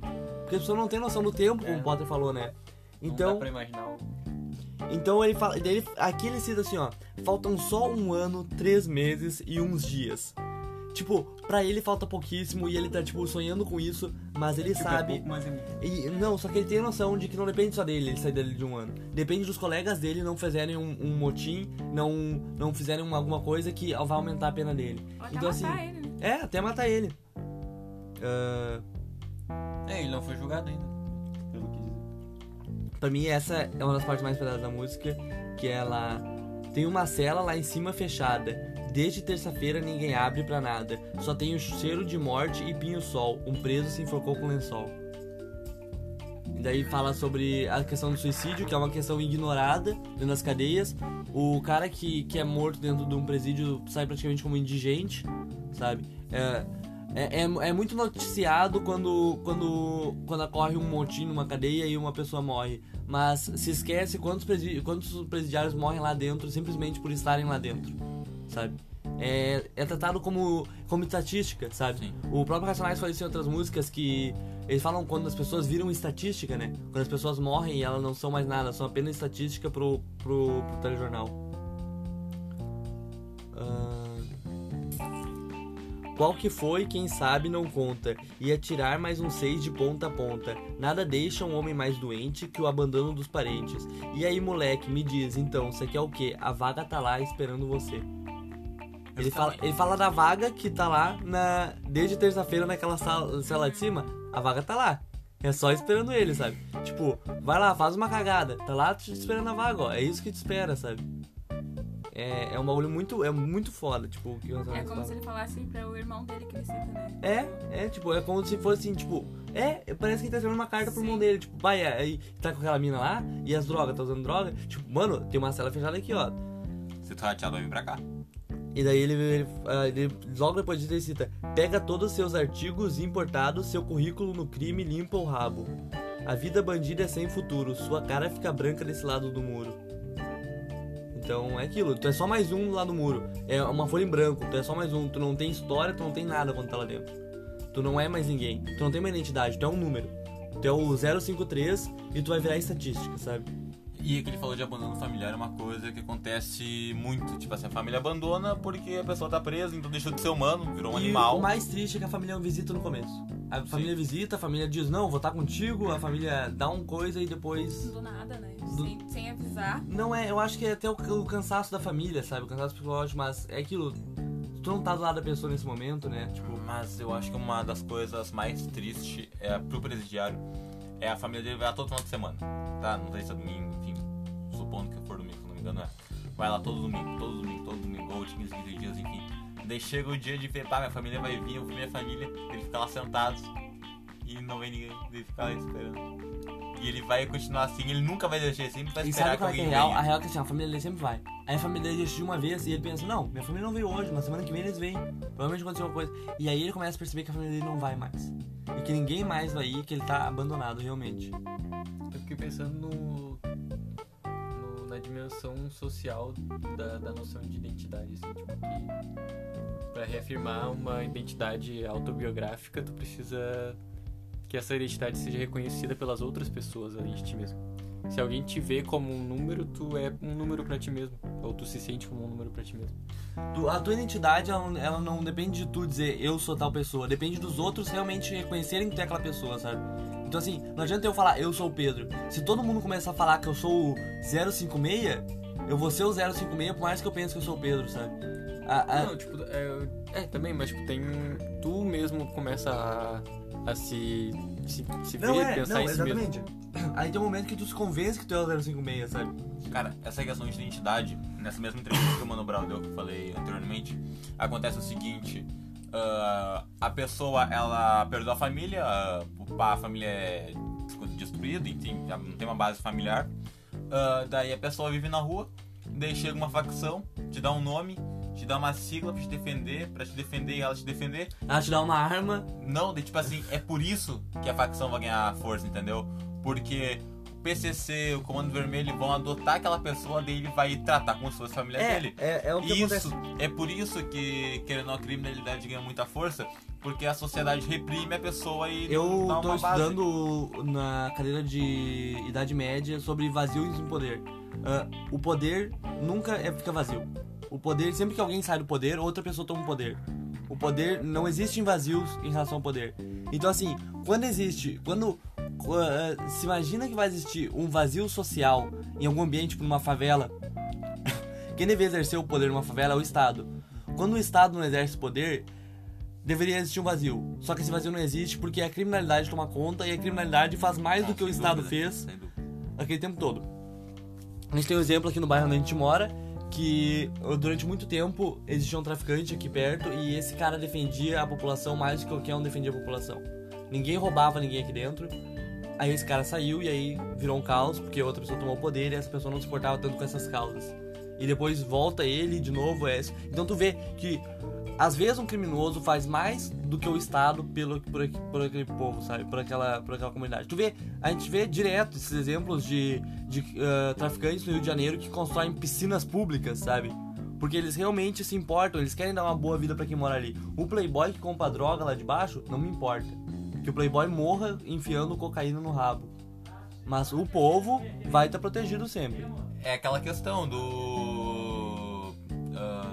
Porque as pessoas não têm noção do tempo, como É. o Potter falou, né? Não Então, dá pra imaginar o... então ele fala, daí ele, aqui ele cita assim, ó, faltam só um ano, três meses e uns dias. Tipo, pra ele falta pouquíssimo e ele tá, tipo, sonhando com isso, mas ele Tipo, é sabe... pouco, mas é muito. E, não, só que ele tem noção de que não depende só dele, ele sair dele de um ano. Depende dos colegas dele não fizerem um, um motim, não, não fizerem uma- alguma coisa que vai aumentar a pena dele. Ou até Então, matar assim, ele, né? É, até matar ele. Ah, É, ele não foi julgado ainda. Pelo que dizem. pra mim, essa é uma das partes mais pesadas da música, que ela... Tem uma cela lá em cima fechada. Desde terça-feira ninguém abre pra nada. Só tem o cheiro de morte e pinho-sol. Um preso se enforcou com lençol. E daí fala sobre a questão do suicídio, que é uma questão ignorada dentro das cadeias. O cara que, que é morto dentro de um presídio sai praticamente como indigente, sabe? É, é, é, é muito noticiado quando, quando, quando ocorre um motim numa cadeia e uma pessoa morre. Mas se esquece quantos, presi quantos presidiários morrem lá dentro simplesmente por estarem lá dentro, sabe? É, é tratado como, como estatística, sabe? Sim. O próprio Racionais fala isso em outras músicas, que eles falam quando as pessoas viram estatística, né? Quando as pessoas morrem e elas não são mais nada, são apenas estatística pro, pro, pro telejornal. Ah, Qual que foi, quem sabe não conta. Ia tirar mais um seis de ponta a ponta. Nada deixa um homem mais doente que o abandono dos parentes. E aí, moleque, me diz, então, você quer o quê? A vaga tá lá esperando você. Ele fala, ele fala da vaga que tá lá na, desde terça-feira naquela sala, sala de cima. A vaga tá lá. É só esperando ele, sabe? Tipo, vai lá, faz uma cagada. Tá lá te esperando a vaga, ó. É isso que te espera, sabe? É, é um bagulho muito, é muito foda, tipo, o que o É Racionais como fala. se ele falasse pra o irmão dele que ele cita, né? É, é, tipo, é como se fosse assim, tipo, é, parece que ele tá escrevendo uma carta pro Sim. irmão dele, tipo, vai, aí tá com aquela mina lá, e as drogas, tá usando droga, tipo, mano, tem uma cela fechada aqui, ó. Se tu rateado, vai vir pra cá. E daí ele, ele, ah, ele logo depois disso ele cita, pega todos os seus artigos importados, seu currículo no crime limpa o rabo. A vida bandida é sem futuro, sua cara fica branca desse lado do muro. Então é aquilo, tu é só mais um lá no muro. É uma folha em branco, tu é só mais um. Tu não tem história, tu não tem nada quando tá lá dentro. Tu não é mais ninguém. Tu não tem uma identidade, tu é um número. Tu é o zero cinco três e tu vai virar estatística, sabe? E o que ele falou de abandono familiar é uma coisa que acontece muito. Tipo assim, a família abandona porque a pessoa tá presa, então deixou de ser humano, virou um E animal. o mais triste é que a família não visita no começo. A família visita, a família diz, não, vou estar contigo, a família dá um coisa e depois... Do nada, né? Do- Sem, sem avisar. Não é, eu acho que é até o, o cansaço da família, sabe? O cansaço psicológico, mas é aquilo... Tu não tá do lado da pessoa nesse momento, né? Tipo, Mas eu acho que uma das coisas mais tristes é pro presidiário é a família dele vai lá todo final de semana, tá? Não sei se é domingo, enfim, supondo que for domingo, se não me engano é. Vai lá todo domingo, todo domingo, todo domingo, ou de quinze, quinze dias, enfim. Daí chega o dia de ver, pá, minha família vai vir, eu vi minha família, ele fica lá sentado e não vem ninguém, ele fica lá esperando. E ele vai continuar assim, ele nunca vai deixar assim, ele vai e esperar sabe que qual é, que é alguém a real? venha. A real é que assim, a família dele sempre vai. Aí a família dele deixa de uma vez e ele pensa, não, minha família não veio hoje, mas semana que vem eles vêm. Provavelmente aconteceu uma coisa. E aí ele começa a perceber que a família dele não vai mais. E que ninguém mais vai ir, que ele tá abandonado realmente. Eu fiquei pensando no, no- na dimensão social da, da noção de identidade, assim, tipo, que pra reafirmar uma identidade autobiográfica, tu precisa que essa identidade seja reconhecida pelas outras pessoas além de ti mesmo. Se alguém te vê como um número, tu é um número pra ti mesmo, ou tu se sente como um número pra ti mesmo. Tu- a tua identidade, ela, não- ela não depende de tu dizer eu sou tal pessoa. Depende dos outros realmente reconhecerem que tu é aquela pessoa, sabe? Então assim, não adianta eu falar eu sou o Pedro. Se todo mundo começar a falar que eu sou o zero cinco seis, eu vou ser o zero cinco seis por mais que eu pense que eu sou o Pedro, sabe? A- a- Não, tipo, é, é, também, mas tipo, tem. Tu mesmo começa a, a se, se, se ver, Não, é, pensar não, em si mesmo. exatamente. Aí tem um momento que tu se convence que tu é o zero cinco seis, sabe? Cara, essa questão de identidade, nessa mesma entrevista que o Mano Brown deu, que eu falei anteriormente, acontece o seguinte, ah, a pessoa, ela perdeu a família, ah, o pá, a família é destruída, enfim, já não tem uma base familiar, ah, daí a pessoa vive na rua, daí chega uma facção, te dá um nome, te dá uma sigla pra te defender, pra te defender e ela te defender. Ela te dá uma arma. Não, daí, tipo assim, é por isso que a facção vai ganhar força, entendeu? Porque P C C, o Comando Vermelho vão adotar aquela pessoa, daí ele vai tratar como se fosse a família É, dele. é, é o que Isso, acontece. é por isso que, querendo ou não, a criminalidade ganha muita força, porque a sociedade reprime a pessoa e Eu não dá tô uma base. estudando na cadeira de Idade Média sobre vazio e poder. Ah, o poder nunca é, fica vazio. O poder, sempre que alguém sai do poder, outra pessoa toma o poder. O poder, não existe vazios em relação ao poder. Então assim, quando existe, quando uh, se imagina que vai existir um vazio social em algum ambiente, tipo numa favela, quem deve exercer o poder numa favela é o Estado. Quando o Estado não exerce poder, deveria existir um vazio. Só que esse vazio não existe porque a criminalidade toma conta e a criminalidade faz mais do que o Sem Estado dúvida, fez sem dúvida. aquele tempo todo. A gente tem um exemplo aqui no bairro onde a gente mora, que durante muito tempo existia um traficante aqui perto e esse cara defendia a população mais do que qualquer um defendia a população. Ninguém roubava ninguém aqui dentro. Aí esse cara saiu e aí virou um caos, porque outra pessoa tomou o poder e essa pessoa não se importava tanto com essas causas. E depois volta ele de novo. É... Então tu vê que às vezes um criminoso faz mais do que o Estado pelo, por, aqui- por aquele povo, sabe? Por aquela, por aquela comunidade. Tu vê, a gente vê direto esses exemplos de, de uh, traficantes no Rio de Janeiro que constroem piscinas públicas, sabe? Porque eles realmente se importam, eles querem dar uma boa vida pra quem mora ali. O playboy que compra droga lá de baixo, não me importa. Que o playboy morra enfiando cocaína no rabo. Mas o povo vai estar protegido sempre. É aquela questão do. ah,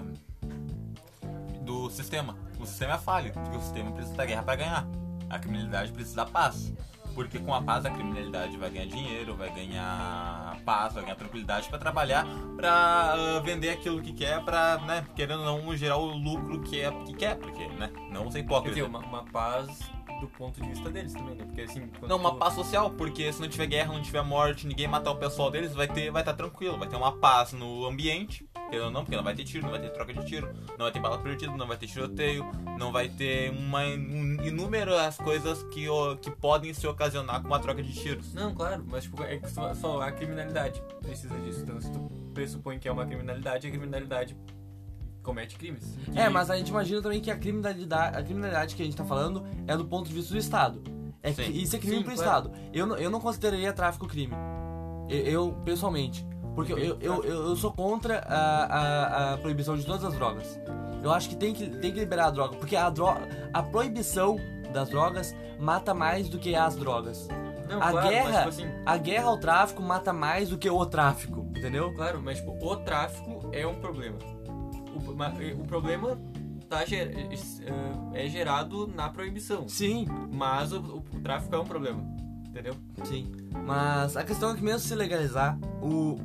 do sistema. O sistema é falho, porque o sistema precisa da guerra para ganhar. A criminalidade precisa da paz. Porque com a paz a criminalidade vai ganhar dinheiro, vai ganhar paz, vai ganhar tranquilidade para trabalhar, para uh, vender aquilo que quer, para, né, querendo ou não, gerar o lucro que, é, que quer, porque, né, não ser Quer hipócrita. dizer, uma, uma paz do ponto de vista deles também, né? Porque assim... quando Não, uma tu- paz social, porque se não tiver guerra, não tiver morte, ninguém matar o pessoal deles, vai ter, vai estar tranquilo, vai ter uma paz no ambiente, querendo ou não, porque não vai ter tiro, não vai ter troca de tiro, não vai ter bala perdida, não vai ter tiroteio, não vai ter uma um, inúmeras coisas que, ó, que podem se ocasionar com uma troca de tiros. Não, claro, mas tipo, é que só, só a criminalidade precisa disso. Então se tu pressupõe que é uma criminalidade, a criminalidade comete crimes. Que- É, mas a gente imagina também que a criminalidade, a criminalidade que a gente tá falando é do ponto de vista do Estado. É que Sim. isso é crime Sim, pro claro. Estado. Eu, não- eu não consideraria tráfico crime. Eu, eu, pessoalmente. Porque eu, eu, eu, eu sou contra a, a, a proibição de todas as drogas. Eu acho que tem que, tem que liberar a droga. Porque a, dro a proibição das drogas mata mais do que as drogas. Não, A claro, guerra, mas tipo assim, a guerra ao tráfico mata mais do que o tráfico. Entendeu? claro, mas tipo, o tráfico é um problema. O, ma- o problema tá, ger- é gerado na proibição. Sim, Mas o, o, o tráfico é um problema. Entendeu? sim. Mas a questão é que mesmo se legalizar, o,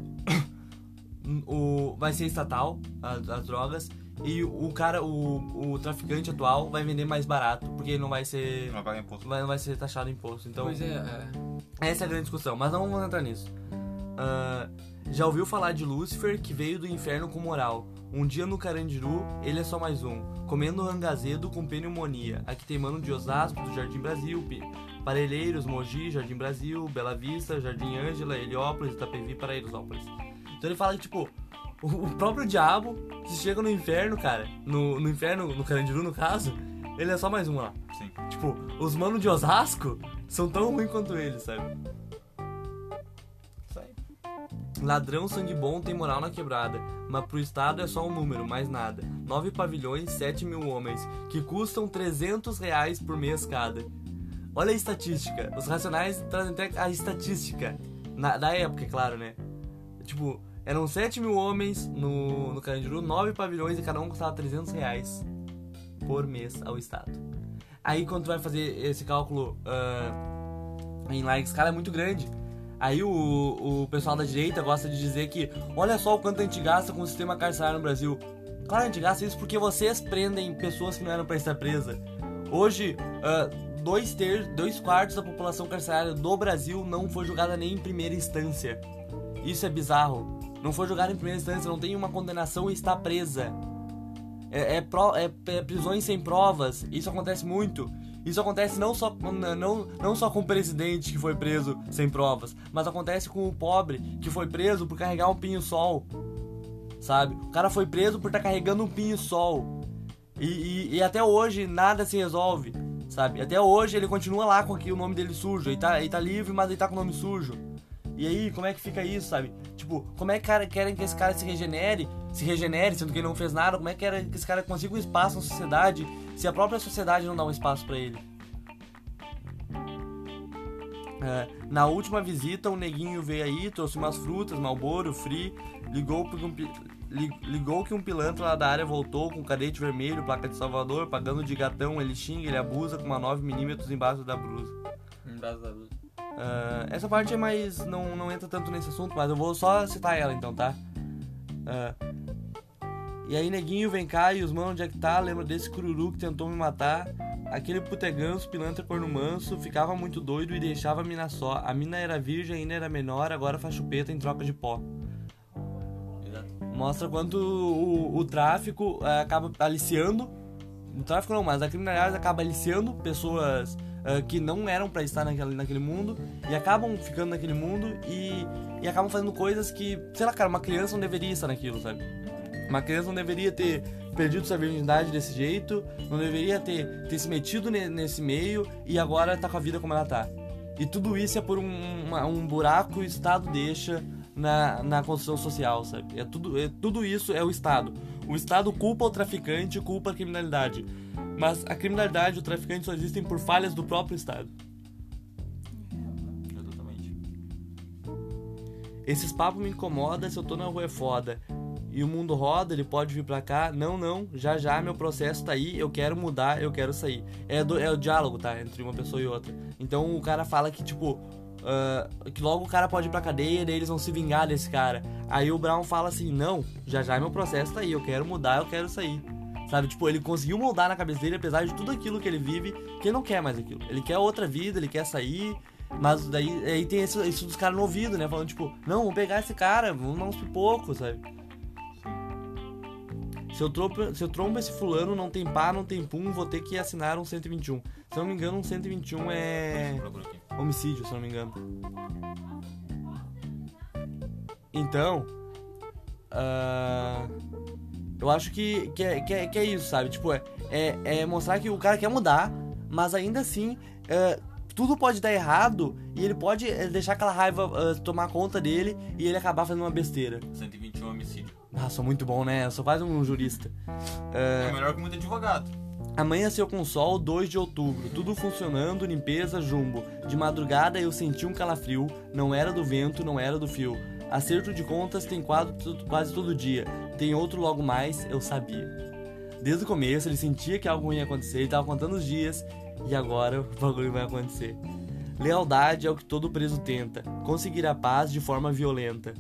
o vai ser estatal as, as drogas e o cara, o, o traficante atual vai vender mais barato porque ele não vai ser, Não paga imposto. vai, não vai ser taxado imposto. Então Pois é, é. essa é a grande discussão. Mas não vamos entrar nisso. Ah, já ouviu falar de Lúcifer que veio do inferno com moral? Um dia no Carandiru, ele é só mais um, comendo rangazedo com pneumonia. Aqui tem mano de Osasco, do Jardim Brasil, Pi- Parelheiros, Mogi, Jardim Brasil, Bela Vista, Jardim Ângela, Heliópolis, Itapevi, Paraísópolis. Então ele fala que, tipo, o, o próprio diabo, se chega no inferno, cara, no, no inferno, no Carandiru, no caso, ele é só mais um lá. Sim. Tipo, os manos de Osasco são tão ruins quanto ele, sabe? Isso aí. Ladrão sangue bom tem moral na quebrada, mas pro Estado é só um número, mais nada. Nove pavilhões, sete mil homens, que custam trezentos reais por mês cada. Olha a estatística. Os Racionais trazem até a estatística. Na, da época, é claro, né? Tipo, eram sete mil homens no, no Carandiru, nove pavilhões e cada um custava trezentos reais por mês ao Estado. Aí quando tu vai fazer esse cálculo ah, em larga escala é muito grande. Aí o, o pessoal da direita gosta de dizer que olha só o quanto a gente gasta com o sistema carcerário no Brasil. Claro, a gente gasta isso porque vocês prendem pessoas que não eram pra estar presas. Hoje, ah, dois, ter, dois quartos da população carcerária do Brasil não foi julgada nem em primeira instância. Isso é bizarro. Não foi julgada em primeira instância, não tem uma condenação e está presa. É, é, pro, é, é prisões sem provas. Isso acontece muito. Isso acontece não só, não, não só com o presidente que foi preso sem provas, mas acontece com o pobre que foi preso por carregar um pinho-sol. Sabe? O cara foi preso por estar carregando um pinho-sol. E, e, e até hoje nada se resolve. Sabe? Até hoje ele continua lá com aqui, o nome dele sujo. Ele tá, ele tá livre, mas ele tá com o nome sujo. E aí, como é que fica isso, sabe? Tipo, como é que cara, querem que esse cara se regenere, se regenere, sendo que ele não fez nada? Como é que querem que esse cara consiga um espaço na sociedade, se a própria sociedade não dá um espaço pra ele? É, na última visita, um neguinho veio aí, trouxe umas frutas, Marlboro, Free, ligou, porque um, ligou que um pilantra lá da área voltou com cadete vermelho, placa de Salvador, pagando de gatão, ele xinga, ele abusa com uma nove milímetros embaixo da blusa. Embaixo da blusa. Uh, essa parte é mais... Não, não entra tanto nesse assunto, mas eu vou só citar ela então, tá? Uh, e aí, neguinho, vem cá, e os mano, onde é que tá? Lembra desse cururu que tentou me matar? Aquele puteganço, pilantra corno manso, ficava muito doido e deixava a mina só. A mina era virgem, ainda era menor, agora faz chupeta em troca de pó. Mostra quanto o, o tráfico uh, acaba aliciando... O tráfico não, mas a criminalidade acaba aliciando pessoas... Uh, que não eram pra estar naquele, naquele mundo e acabam ficando naquele mundo e, e acabam fazendo coisas que, sei lá, cara, uma criança não deveria estar naquilo, sabe? Uma criança não deveria ter perdido sua virgindade desse jeito, não deveria ter, ter se metido ne, nesse meio e agora tá com a vida como ela tá. E tudo isso é por um, uma, um buraco que o Estado deixa na, na construção social, sabe? É tudo, é, tudo isso é o Estado. O Estado culpa o traficante, culpa a criminalidade. Mas a criminalidade e o traficante só existem por falhas do próprio Estado. Exatamente. Esses papos me incomodam, se eu tô na rua é foda. E o mundo roda, ele pode vir pra cá. Não, não, já já meu processo tá aí, eu quero mudar, eu quero sair. É, do, é o diálogo, tá? Entre uma pessoa e outra. Então o cara fala que, tipo... Uh, que logo o cara pode ir pra cadeia, daí eles vão se vingar desse cara. Aí o Brown fala assim, não, já já meu processo tá aí, eu quero mudar, eu quero sair. Sabe, tipo, ele conseguiu moldar na cabeça dele, apesar de tudo aquilo que ele vive, que ele não quer mais aquilo. Ele quer outra vida, ele quer sair, mas daí aí tem isso, isso dos caras no ouvido, né? Falando, tipo, não, vamos pegar esse cara, vamos dar uns pipocos, sabe? Se eu, trombo, se eu trombo esse fulano, não tem pá, não tem pum, vou ter que assinar um cento e vinte e um. Se eu não me engano, um cento e vinte e um é homicídio, se eu não me engano. Então, uh... eu acho que, que, é, que, é, que é isso, sabe? Tipo, é, é, é mostrar que o cara quer mudar, mas ainda assim, é, tudo pode dar errado e ele pode deixar aquela raiva uh, tomar conta dele e ele acabar fazendo uma besteira. cento e vinte e um homicídio. Ah, sou muito bom, né? Eu sou quase um jurista. É, é melhor que muito advogado. Amanheceu com sol, dois de outubro, tudo funcionando, limpeza, jumbo. De madrugada eu senti um calafrio, não era do vento, não era do fio. Acerto de contas tem quadro quase todo dia. Tem outro logo mais, eu sabia. Desde o começo ele sentia que algo ia acontecer, ele tava contando os dias e agora o bagulho vai acontecer. Lealdade é o que todo preso tenta, conseguir a paz de forma violenta.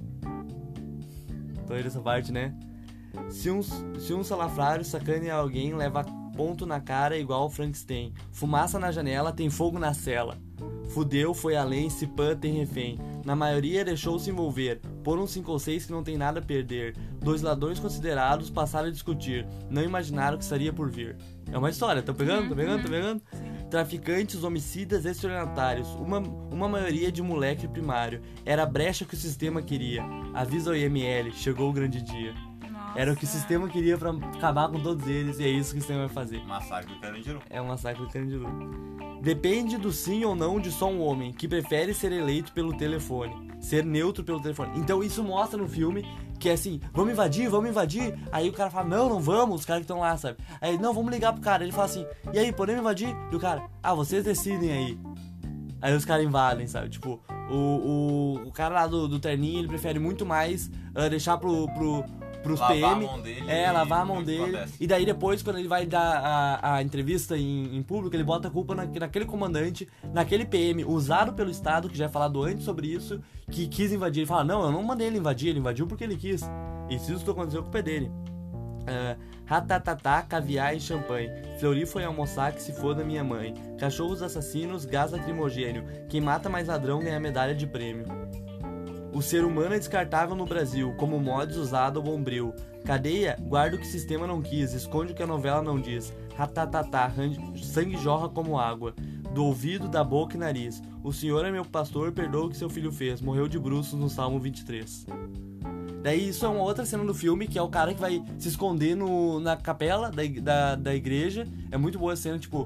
Tô aí nessa parte, né? Se um, se um salafrário sacaneia alguém, leva ponto na cara igual o Frankenstein. Fumaça na janela, tem fogo na cela. Fudeu, foi além, se pã, tem refém. Na maioria deixou-se envolver, por uns cinco ou seis que não tem nada a perder. Dois ladrões considerados passaram a discutir, não imaginaram que estaria por vir. É uma história, tá pegando? Tá pegando? Tá pegando? Traficantes, homicidas, estelionatários, uma, uma maioria de moleque primário. Era a brecha que o sistema queria. Avisa o I M L, chegou o grande dia. Nossa. Era o que o sistema queria pra acabar com todos eles e é isso que o sistema vai fazer. Massacre do Carandiru. É um massacre do Carandiru. Depende do sim ou não de só um homem que prefere ser eleito pelo telefone, ser neutro pelo telefone. Então isso mostra no filme que é assim, vamos invadir, vamos invadir. Aí o cara fala, não, não vamos, os caras que estão lá, sabe? Aí, não, vamos ligar pro cara. Ele fala assim, e aí, podemos invadir? E o cara, ah, vocês decidem aí. Aí os caras invadem, sabe? Tipo, o, o, o cara lá do, do terninho, ele prefere muito mais uh, deixar pro... pro pros lavar P M, a mão dele é, lavar a mão e dele, acontece. e daí depois, quando ele vai dar a, a entrevista em, em público, ele bota a culpa na, naquele comandante, naquele P M, usado pelo Estado, que já é falado antes sobre isso, que quis invadir. Ele fala, não, eu não mandei ele invadir, ele invadiu porque ele quis, e se isso aconteceu, a culpa é dele. Uh, ratatatá, caviar e champanhe. Fleury foi almoçar, que se for da minha mãe. Cachorros assassinos, gás lacrimogênio. Quem mata mais ladrão ganha medalha de prêmio. O ser humano é descartável no Brasil, como mods usado ou bombril. Cadeia, guarda o que o sistema não quis, esconde o que a novela não diz. Ratatatá, sangue jorra como água. Do ouvido, da boca e nariz. O Senhor é meu pastor, perdoa o que seu filho fez. Morreu de bruços no Salmo vinte e três. Daí isso é uma outra cena do filme, que é o cara que vai se esconder no, na capela da, da, da igreja. É muito boa a cena, tipo...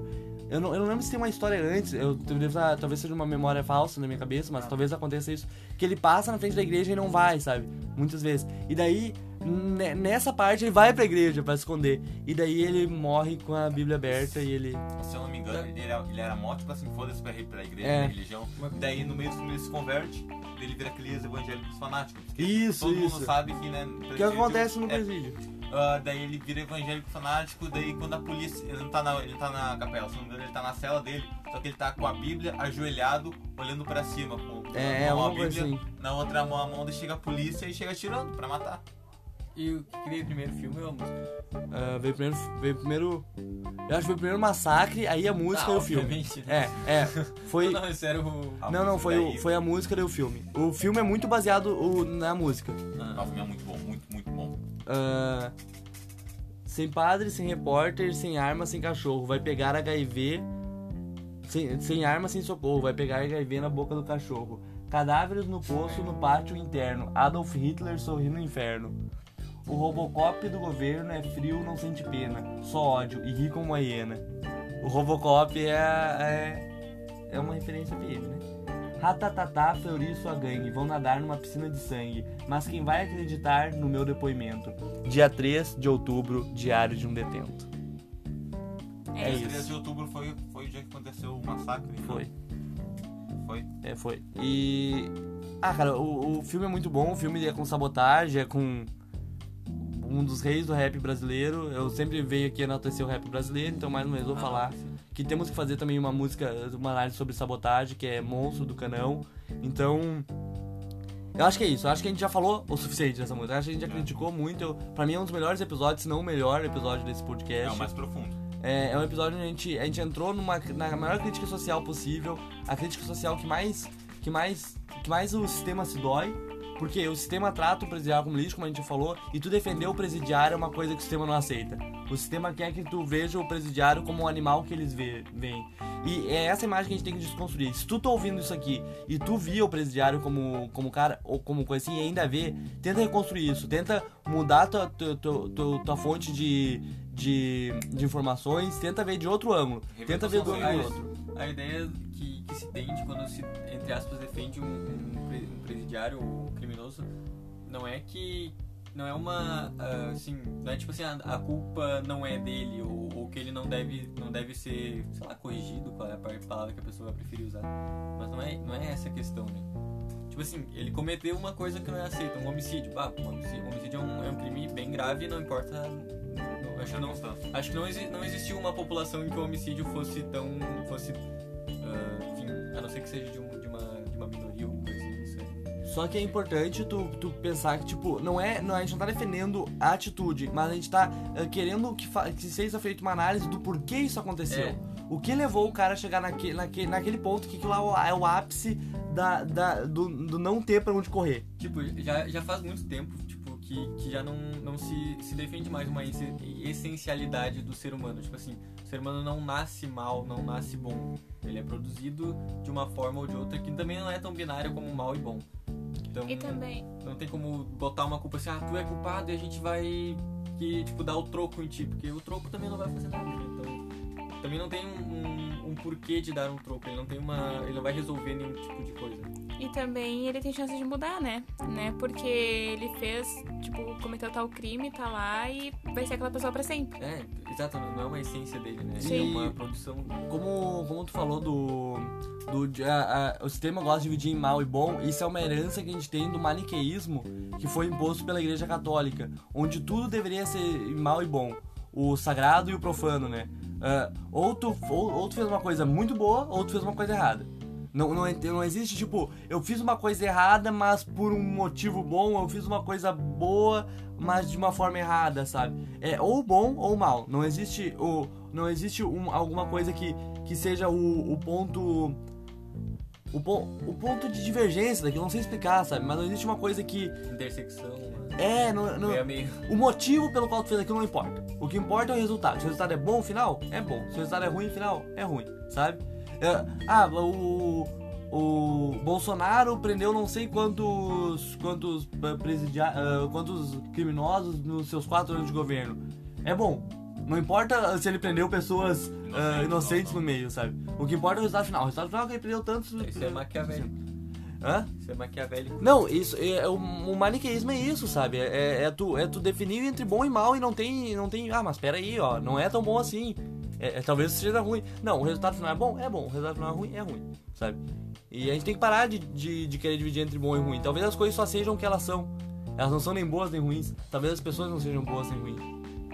Eu não, eu não lembro se tem uma história antes, eu devo, talvez seja uma memória falsa na minha cabeça, mas ah. talvez aconteça isso, que ele passa na frente da igreja e não vai, sabe? Muitas vezes. E daí, n- nessa parte, ele vai pra igreja pra esconder. E daí ele morre com a Bíblia aberta e ele... Se eu não me engano, ele era, ele era mó, tipo assim, foda-se pra, pra igreja, É. pra religião. Daí, no meio do filme, ele se converte, ele vira aqueles evangélicos fanáticos. Isso, todo isso. mundo sabe que, né... O que acontece no é, presídio. Uh, daí ele vira evangélico fanático, daí quando a polícia... Ele não tá na, ele tá na capela, se não me engano, ele tá na cela dele, só que ele tá com a Bíblia ajoelhado, olhando pra cima, com É, uma uma coisa Bíblia, assim. na outra mão a mão, daí chega a polícia e chega atirando pra matar. E o que veio primeiro, o filme ou a música? Uh, veio primeiro... Veio primeiro... Eu acho que foi primeiro o Massacre, aí a música Ah, e o filme. obviamente, né? É, é. Foi... Não, isso era o... A Não, não, música foi, o, daí- foi a música e o filme. O filme é muito baseado o- na música. Ah, o filme é muito bom, muito, muito bom. Ah, sem padre, sem repórter, sem arma, sem cachorro. Vai pegar H I V. Sem, sem arma, sem socorro. Vai pegar H I V na boca do cachorro. Cadáveres no poço, no pátio interno. Adolf Hitler sorri no inferno. O Robocop do governo é frio, não sente pena. Só ódio e ri como uma hiena. O Robocop é, é, é uma referência a P M, né? Ratatatá, Fleury e sua gangue vão nadar numa piscina de sangue, mas quem vai acreditar no meu depoimento? Dia três de outubro, diário de um detento. É isso. três de outubro foi, foi o dia que aconteceu o massacre. não? Foi, Foi? é, foi. E... Ah, cara, o, o filme é muito bom, o filme é com Sabotagem, é com um dos reis do rap brasileiro. Eu sempre venho aqui enaltecer o rap brasileiro, então mais uma vez vou Ah, falar sim. que temos que fazer também uma música, uma análise sobre Sabotagem, que é Monstro do Canão. Então, eu acho que é isso. Eu acho que a gente já falou o suficiente dessa música. Eu acho que a gente já criticou muito. Eu, pra mim é um dos melhores episódios, se não o melhor episódio desse É podcast. o mais profundo. É, é um episódio onde a gente, a gente entrou numa, na maior crítica social possível. A crítica social que mais, que mais, que mais o sistema se dói. Porque o sistema trata o presidiário como lixo, como a gente já falou, e tu defender o presidiário é uma coisa que o sistema não aceita. O sistema quer que tu veja o presidiário como um animal que eles vê- veem. E é essa imagem que a gente tem que desconstruir. Se tu tá ouvindo isso aqui e tu via o presidiário como, como cara, ou como coisa assim, e ainda vê, tenta reconstruir isso. Tenta mudar tua, tua, tua, tua, tua fonte de, de, de informações, tenta ver de outro ângulo. Tenta ver do ângulo A, outro. a ideia que, que se tem de quando se, entre aspas, defende um, um, pre- um presidiário ou um criminoso não é que não é uma ah, assim, não é tipo assim, a, a culpa não é dele ou, ou que ele não deve não deve ser, sei lá, corrigido, qual é a par- palavra que a pessoa vai preferir usar, mas não é, não é essa a questão, né? Tipo assim, ele cometeu uma coisa que não é aceita, um homicídio. Ah, um homicídio, um homicídio é, um, é um crime bem grave, não importa. Não, acho que não, acho que não, exi, não existiu uma população em que o homicídio fosse tão. fosse. ah, enfim, a não ser que seja de, um, de, uma, de uma minoria ou alguma coisa assim. Isso é. Só que é importante tu, tu pensar que, tipo, não é, não, a gente não tá defendendo a atitude, mas a gente tá uh, querendo que, fa- que seja feita uma análise do porquê isso aconteceu. É. O que levou o cara a chegar naque, naque, naquele ponto que aquilo lá é o ápice da, da, do, do não ter pra onde correr. Tipo, já, já faz muito tempo, tipo, que, que já não, não se, se defende mais uma esse- essencialidade do ser humano. Tipo assim, o ser humano não nasce mal, não nasce bom. Ele é produzido de uma forma ou de outra que também não é tão binária como mal e bom. Então, E também, não tem como botar uma culpa assim, ah, tu é culpado e a gente vai, que, tipo, dar o troco em ti. Porque o troco também não vai fazer nada, né? Então, também não tem um, um, um porquê de dar um troco. Ele não tem uma... ele não vai resolver nenhum tipo de coisa. e também ele tem chance de mudar, né? né? Porque ele fez, tipo, cometeu tal crime, tá lá e vai ser aquela pessoa pra sempre. É, exato, não é uma essência dele, né? Sim. É uma produção. Como, como tu falou do... do de- a- a- o sistema gosta de dividir em mal e bom. Isso é uma herança que a gente tem do maniqueísmo que foi imposto pela Igreja Católica, onde tudo deveria ser mal e bom. O sagrado e o profano, né? Ah, ou, tu, ou, ou tu fez uma coisa muito boa, ou tu fez uma coisa errada. Não, não, ent- não existe, tipo, eu fiz uma coisa errada, mas por um motivo bom, eu fiz uma coisa boa, mas de uma forma errada, sabe? É ou bom ou mal. Não existe, o, não existe um, alguma coisa que, que seja o, o ponto... O, pon- o ponto de divergência daqui, eu não sei explicar, sabe? Mas não existe uma coisa que... Intersecção, uma... É, não, não, meio a meio. o motivo pelo qual tu fez aquilo não importa. O que importa é o resultado. Se o resultado é bom no final, é bom. Se o resultado é ruim no final, é ruim, sabe? É, ah, o, o Bolsonaro prendeu não sei quantos quantos, presidia, uh, quantos criminosos nos seus quatro anos de governo. É bom. Não importa se ele prendeu pessoas ah, Inocentes, inocentes não, no meio, sabe? O que importa é o resultado final. O resultado final é que ele prendeu tantos... Isso é maquiavélico. Hã? Isso é maquiavélico. Não, isso, é, é, o, o maniqueísmo é isso, sabe? É, é, tu, é tu definir entre bom e mal e não tem, não tem... Ah, mas peraí, ó, não é tão bom assim. É, é, talvez seja ruim. Não, o resultado final é bom? É bom. O resultado final é ruim? É ruim, sabe? E a gente tem que parar de, de, de querer dividir entre bom e ruim. Talvez as coisas só sejam o que elas são. Elas não são nem boas nem ruins. Talvez as pessoas não sejam boas nem ruins.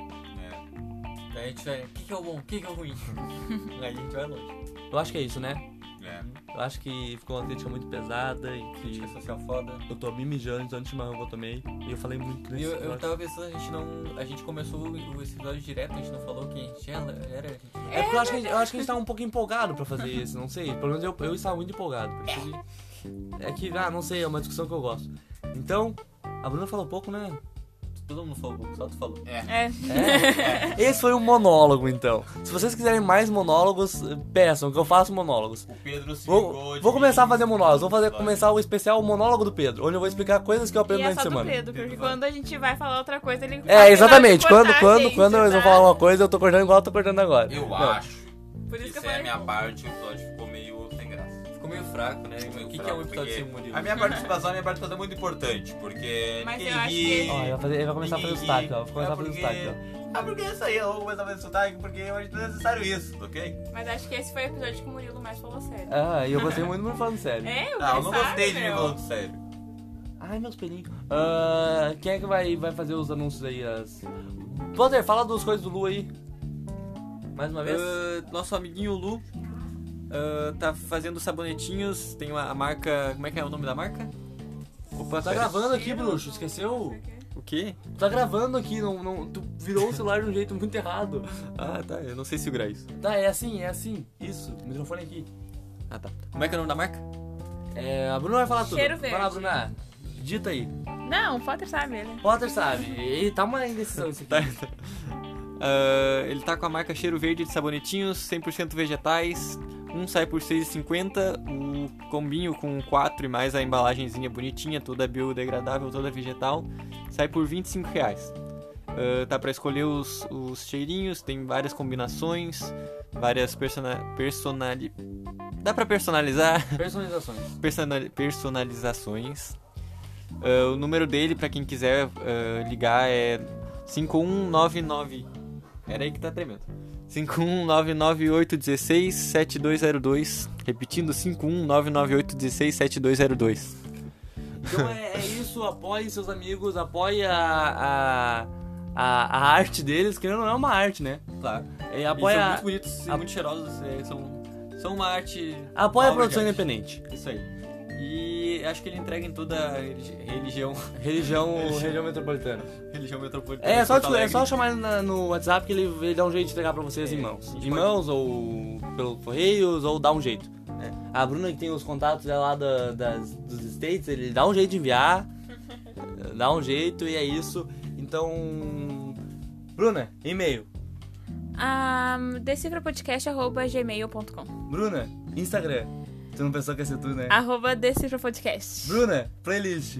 É. Daí a gente vai, o que, que é o bom, o que, que é o ruim? Aí a gente vai longe. Eu acho que é isso, né? É. Eu acho que ficou uma crítica muito pesada e que Crítica social foda. eu tô me mijando de tanto chimarrão que eu tomei. E eu falei muito E nesse eu, eu episódio. tava pensando, a gente não. A gente começou o, esse episódio direto, a gente não falou quem a gente era. era a gente... É porque eu acho, que a gente, eu acho que a gente tá um pouco empolgado pra fazer isso, não sei. Pelo menos eu, eu estava muito empolgado. Por isso que, é que, ah, não sei, é uma discussão que eu gosto. Então, a Bruna falou pouco, né? Todo mundo falou, só tu falou. É. É. É. Esse foi um monólogo, então. Se vocês quiserem mais monólogos, peçam, que eu faço monólogos. O Pedro se Vou, vingou de vou começar a mim. fazer monólogos. Vou fazer, Vai. começar o especial monólogo do Pedro, onde eu vou explicar coisas que eu aprendo E é durante só a do semana. Pedro, porque quando a gente vai falar outra coisa, ele É, exatamente. Vai Quando, cortar a quando, gente, quando eles vão tá? falar uma coisa, eu tô cortando igual eu tô cortando agora. Eu Não. acho Por que isso que eu se é a falei. minha parte, o episódio ficou meio sem graça. Ficou meio fraco, né? Ficou meio O que, que é fraco, um episódio porque sem Murilo? A minha participação, a minha participação é muito importante, porque Mas ninguém eu acho ri. que- Ó, ele vai, fazer, ele vai começar a fazer o ninguém ri. sotaque, ó. Vou começar É a fazer o porque- sotaque, ó. Ah, porque isso aí, eu vou começar a fazer sotaque, porque eu acho necessário isso, ok? Mas acho que esse foi o episódio que o Murilo mais falou sério. Ah, e eu gostei muito do falando sério. É, eu Ah, eu não sabe, gostei de mim meu. falando sério. Ai, meus pelinhos. Ah, quem é que vai, vai fazer os anúncios aí? As... Poder, fala das coisas do Lu aí. Mais uma vez. Ah, nosso amiguinho Lu ah, tá fazendo sabonetinhos. Tem uma a marca. Como é que é o nome da marca? Opa, tá pera. gravando aqui, bruxo. Esqueceu? O quê? Tá gravando aqui, não, não, tu virou o celular de um jeito muito errado. Ah, tá. Eu não sei segurar isso. Tá, é assim, é assim. Isso, o microfone aqui. Ah, tá. Como é que é o nome da marca? É, a Bruna vai falar tudo. Cheiro Vai lá, verde. Bruna. Dita aí. Não, o Potter sabe, ele. Potter sabe. E tá uma indecisão isso aqui. Tá. Ah, ele tá com a marca Cheiro Verde de sabonetinhos, cem por cento vegetais. Um sai por seis reais e cinquenta centavos. O combinho com quatro e mais a embalagenzinha bonitinha, toda biodegradável, toda vegetal, sai por vinte e cinco reais. Uh, tá pra escolher os, os cheirinhos, tem várias combinações, várias persona personali... Dá pra personalizar? Personalizações. Personali personalizações. Uh, o número dele, pra quem quiser uh, ligar, é cinco um nove nove... Era aí que tá tremendo. cinco um nove nove oito um seis sete dois zero dois. Repetindo, cinco um nove nove oito um seis sete dois zero dois. Então é, é isso, apoie seus amigos, apoie a, a, a, a arte deles, que não é uma arte, né? Claro. É, E apoie são a, muito bonitos e a- muito cheirosos. é, são, são uma arte... apoie a uma obra de produção arte. independente. Isso aí. E acho que ele entrega em toda a religi- religião. Religião, religião metropolitana. religião metropolitana. É, de só, Porto tipo, é Alegre. só chamar ele na- no WhatsApp que ele, ele dá um jeito de entregar pra vocês É, em mãos. a gente Em pode- mãos ou pelo Correios, ou dá um jeito. É. A Bruna, que tem os contatos dela lá da, das, dos States, ele dá um jeito de enviar. Dá um jeito e é isso. Então, Bruna, e-mail. Um, decifrapodcast arroba gmail ponto com. Bruna, Instagram. Tu não pensou que ia ser tu, né? Arroba decifrapodcast. Bruna, playlist.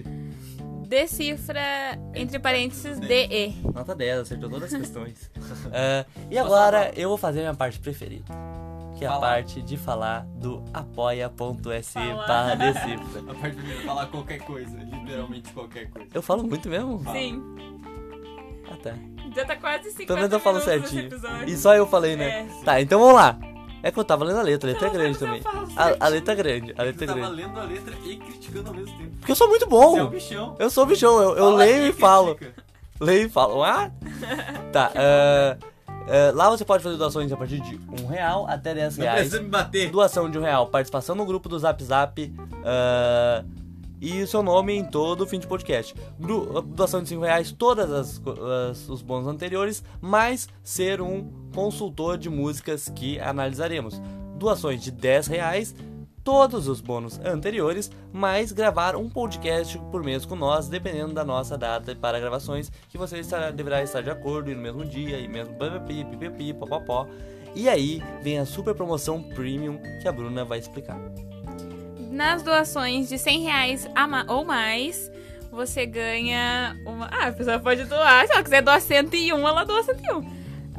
Decifra, entre parênteses, D E. Nota dez, acertou todas as questões. Ah, e agora eu vou fazer a minha parte preferida. Que é a Falar. parte de falar do apoia.se Falar. barra Decifra. A parte de falar qualquer coisa. Literalmente qualquer coisa. Eu falo muito mesmo? Sim. Ah, tá. Já tá quase cinquenta Pelo menos eu falo minutos certinho. nesse episódio. E só eu falei, né? É. Tá, então vamos lá. É que eu tava lendo a letra, a letra é Pelo grande menos também. eu falo certinho. A, a letra é grande, a letra Você é tava grande. lendo a letra e criticando ao mesmo tempo. Porque eu sou muito Você é o bom. bichão. Eu sou bichão, eu, eu Fala leio e critica. falo. Leio e falo. Ah? Tá, ah, ah, lá você pode fazer doações a partir de um real até dez Não reais. precisa me bater. Doação de um real, participação no grupo do Zap Zap ah, e o seu nome em todo o fim de podcast. Gru- doação de cinco reais, todas as, co- as- os bônus anteriores, mais ser um consultor de músicas que analisaremos. Doações de dez reais, todos os bônus anteriores, mais gravar um podcast por mês com nós, dependendo da nossa data para gravações, que você estará, deverá estar de acordo e no mesmo dia, e mesmo pipipi, pipipi, popopó. E aí vem a super promoção premium que a Bruna vai explicar. Nas doações de cem reais a ma- ou mais, você ganha uma... Ah, a pessoa pode doar. Se ela quiser doar cento e um, ela doa cento e um.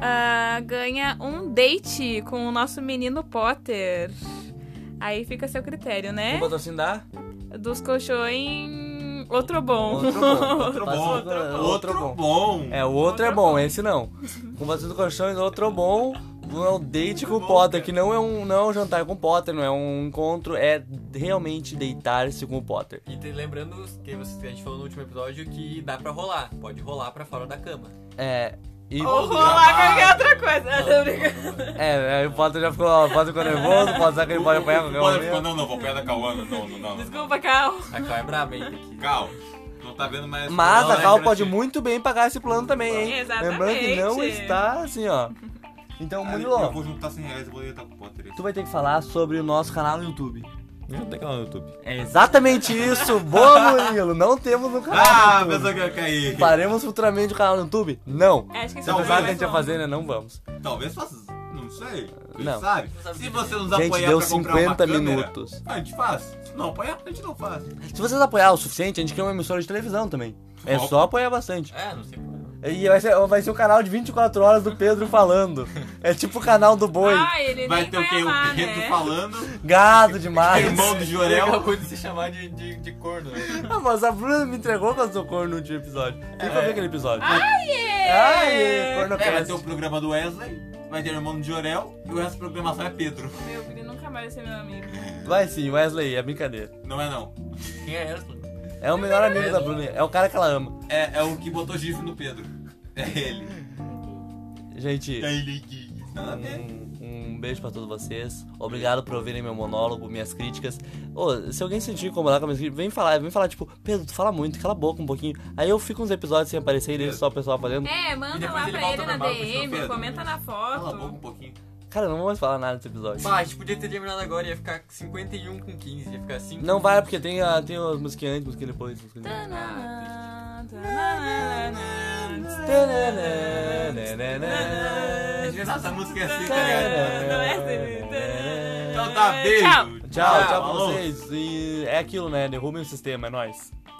ah, ganha um date com o nosso menino Potter. Aí fica a seu critério, né? O patrocínio dá? Dos colchões... Outro bom. Outro bom. Outro Passa- bom. outro Outro bom. bom. É, o outro é bom, esse não. Com patrocínio do colchões, outro bom. É um date com o Potter, que não é, um, não é um jantar com o Potter, não é um encontro, é realmente deitar-se com o Potter. E te, lembrando que você, a gente falou no último episódio que dá pra rolar. Pode rolar pra fora da cama. É. E, Ou rolar qualquer outra coisa. Tô brincando. é, aí o Potter já ficou, o Potter ficou nervoso, o Potter sabe que ele pode apanhar qualquer Pode- momento. Não, não, vou apanhar da Cauana. Não, não, não. Desculpa, Cal. A Cal é braba, hein? Aqui. Cal, não tá vendo mais. Mas Não, a Cal lembra pode de- muito bem pagar esse plano também, hein? Exatamente. Lembrando que não está assim, ó. Então, Ah, Eu Murilo, vou juntar cem reais e vou deitar com o Potter. tu vai ter que falar sobre o nosso canal no YouTube. Não tem canal no YouTube. É exatamente isso. Boa, Murilo. Não temos um canal Ah, no YouTube. pensou que ia cair. Faremos futuramente o canal no YouTube? Não. Acho que Se isso pensar Talvez. que a gente ia fazer, né? Não vamos. Talvez faça. Não sei. Quem Não. sabe? sabe Se o que você nos Gente, apoiar deu pra comprar uma cinquenta câmera, minutos. a gente faz. Se não apoiar, a gente não faz. Se vocês apoiar o suficiente, a gente cria uma emissora de televisão também. É Opa. só apoiar bastante. É, não sei como. E vai ser, vai ser o canal de vinte e quatro horas do Pedro falando. É tipo o canal do boi. Ah, ele Vai nem ter o quê? amar, O Pedro né? falando. Gado demais. Irmão do Ele Jorel. acabou de se chamar de, de, de corno. Né? Ah, mas a Bruna me entregou com a sua cor no último episódio. Tem que ver aquele episódio. Ai, é. Ai, corno É, vai ter o programa do Wesley, vai ter o irmão do Jorel e o resto da programação é Pedro. Meu filho nunca mais vai ser meu amigo. Vai sim, Wesley, é brincadeira. Não é não. Quem é essa? É o melhor amigo da Bruna. É o cara que ela ama. É, é o que botou gif no Pedro. É ele. Gente, É ele que. Nada a ver. um, um beijo pra todos vocês. Obrigado por ouvirem meu monólogo, minhas críticas. Ô, se alguém se sentir incomodado com as minhas críticas, vem falar, vem falar, tipo, Pedro, tu fala muito, cala a boca um pouquinho. Aí eu fico uns episódios sem aparecer e deixo só o pessoal fazendo. É, E manda depois lá ele pra volta ele na normal, D continua M, Pedro. comenta na Cala a boca um foto. pouquinho. Cara, eu não vou mais falar nada desse episódio. Bah, a gente podia ter terminado agora, ia ficar cinquenta e um com quinze, ia ficar cinco. Não vai, porque tem, a, tem as musiquinhas antes, musiquinha depois. Musiquinha depois. Tanana, tanana, A gente essa música é assim, tá Não é ligado? assim. Então tá, beijo. Tchau. Tchau, tchau pra falou. vocês. E é aquilo, né? Derrubem o sistema, é nóis.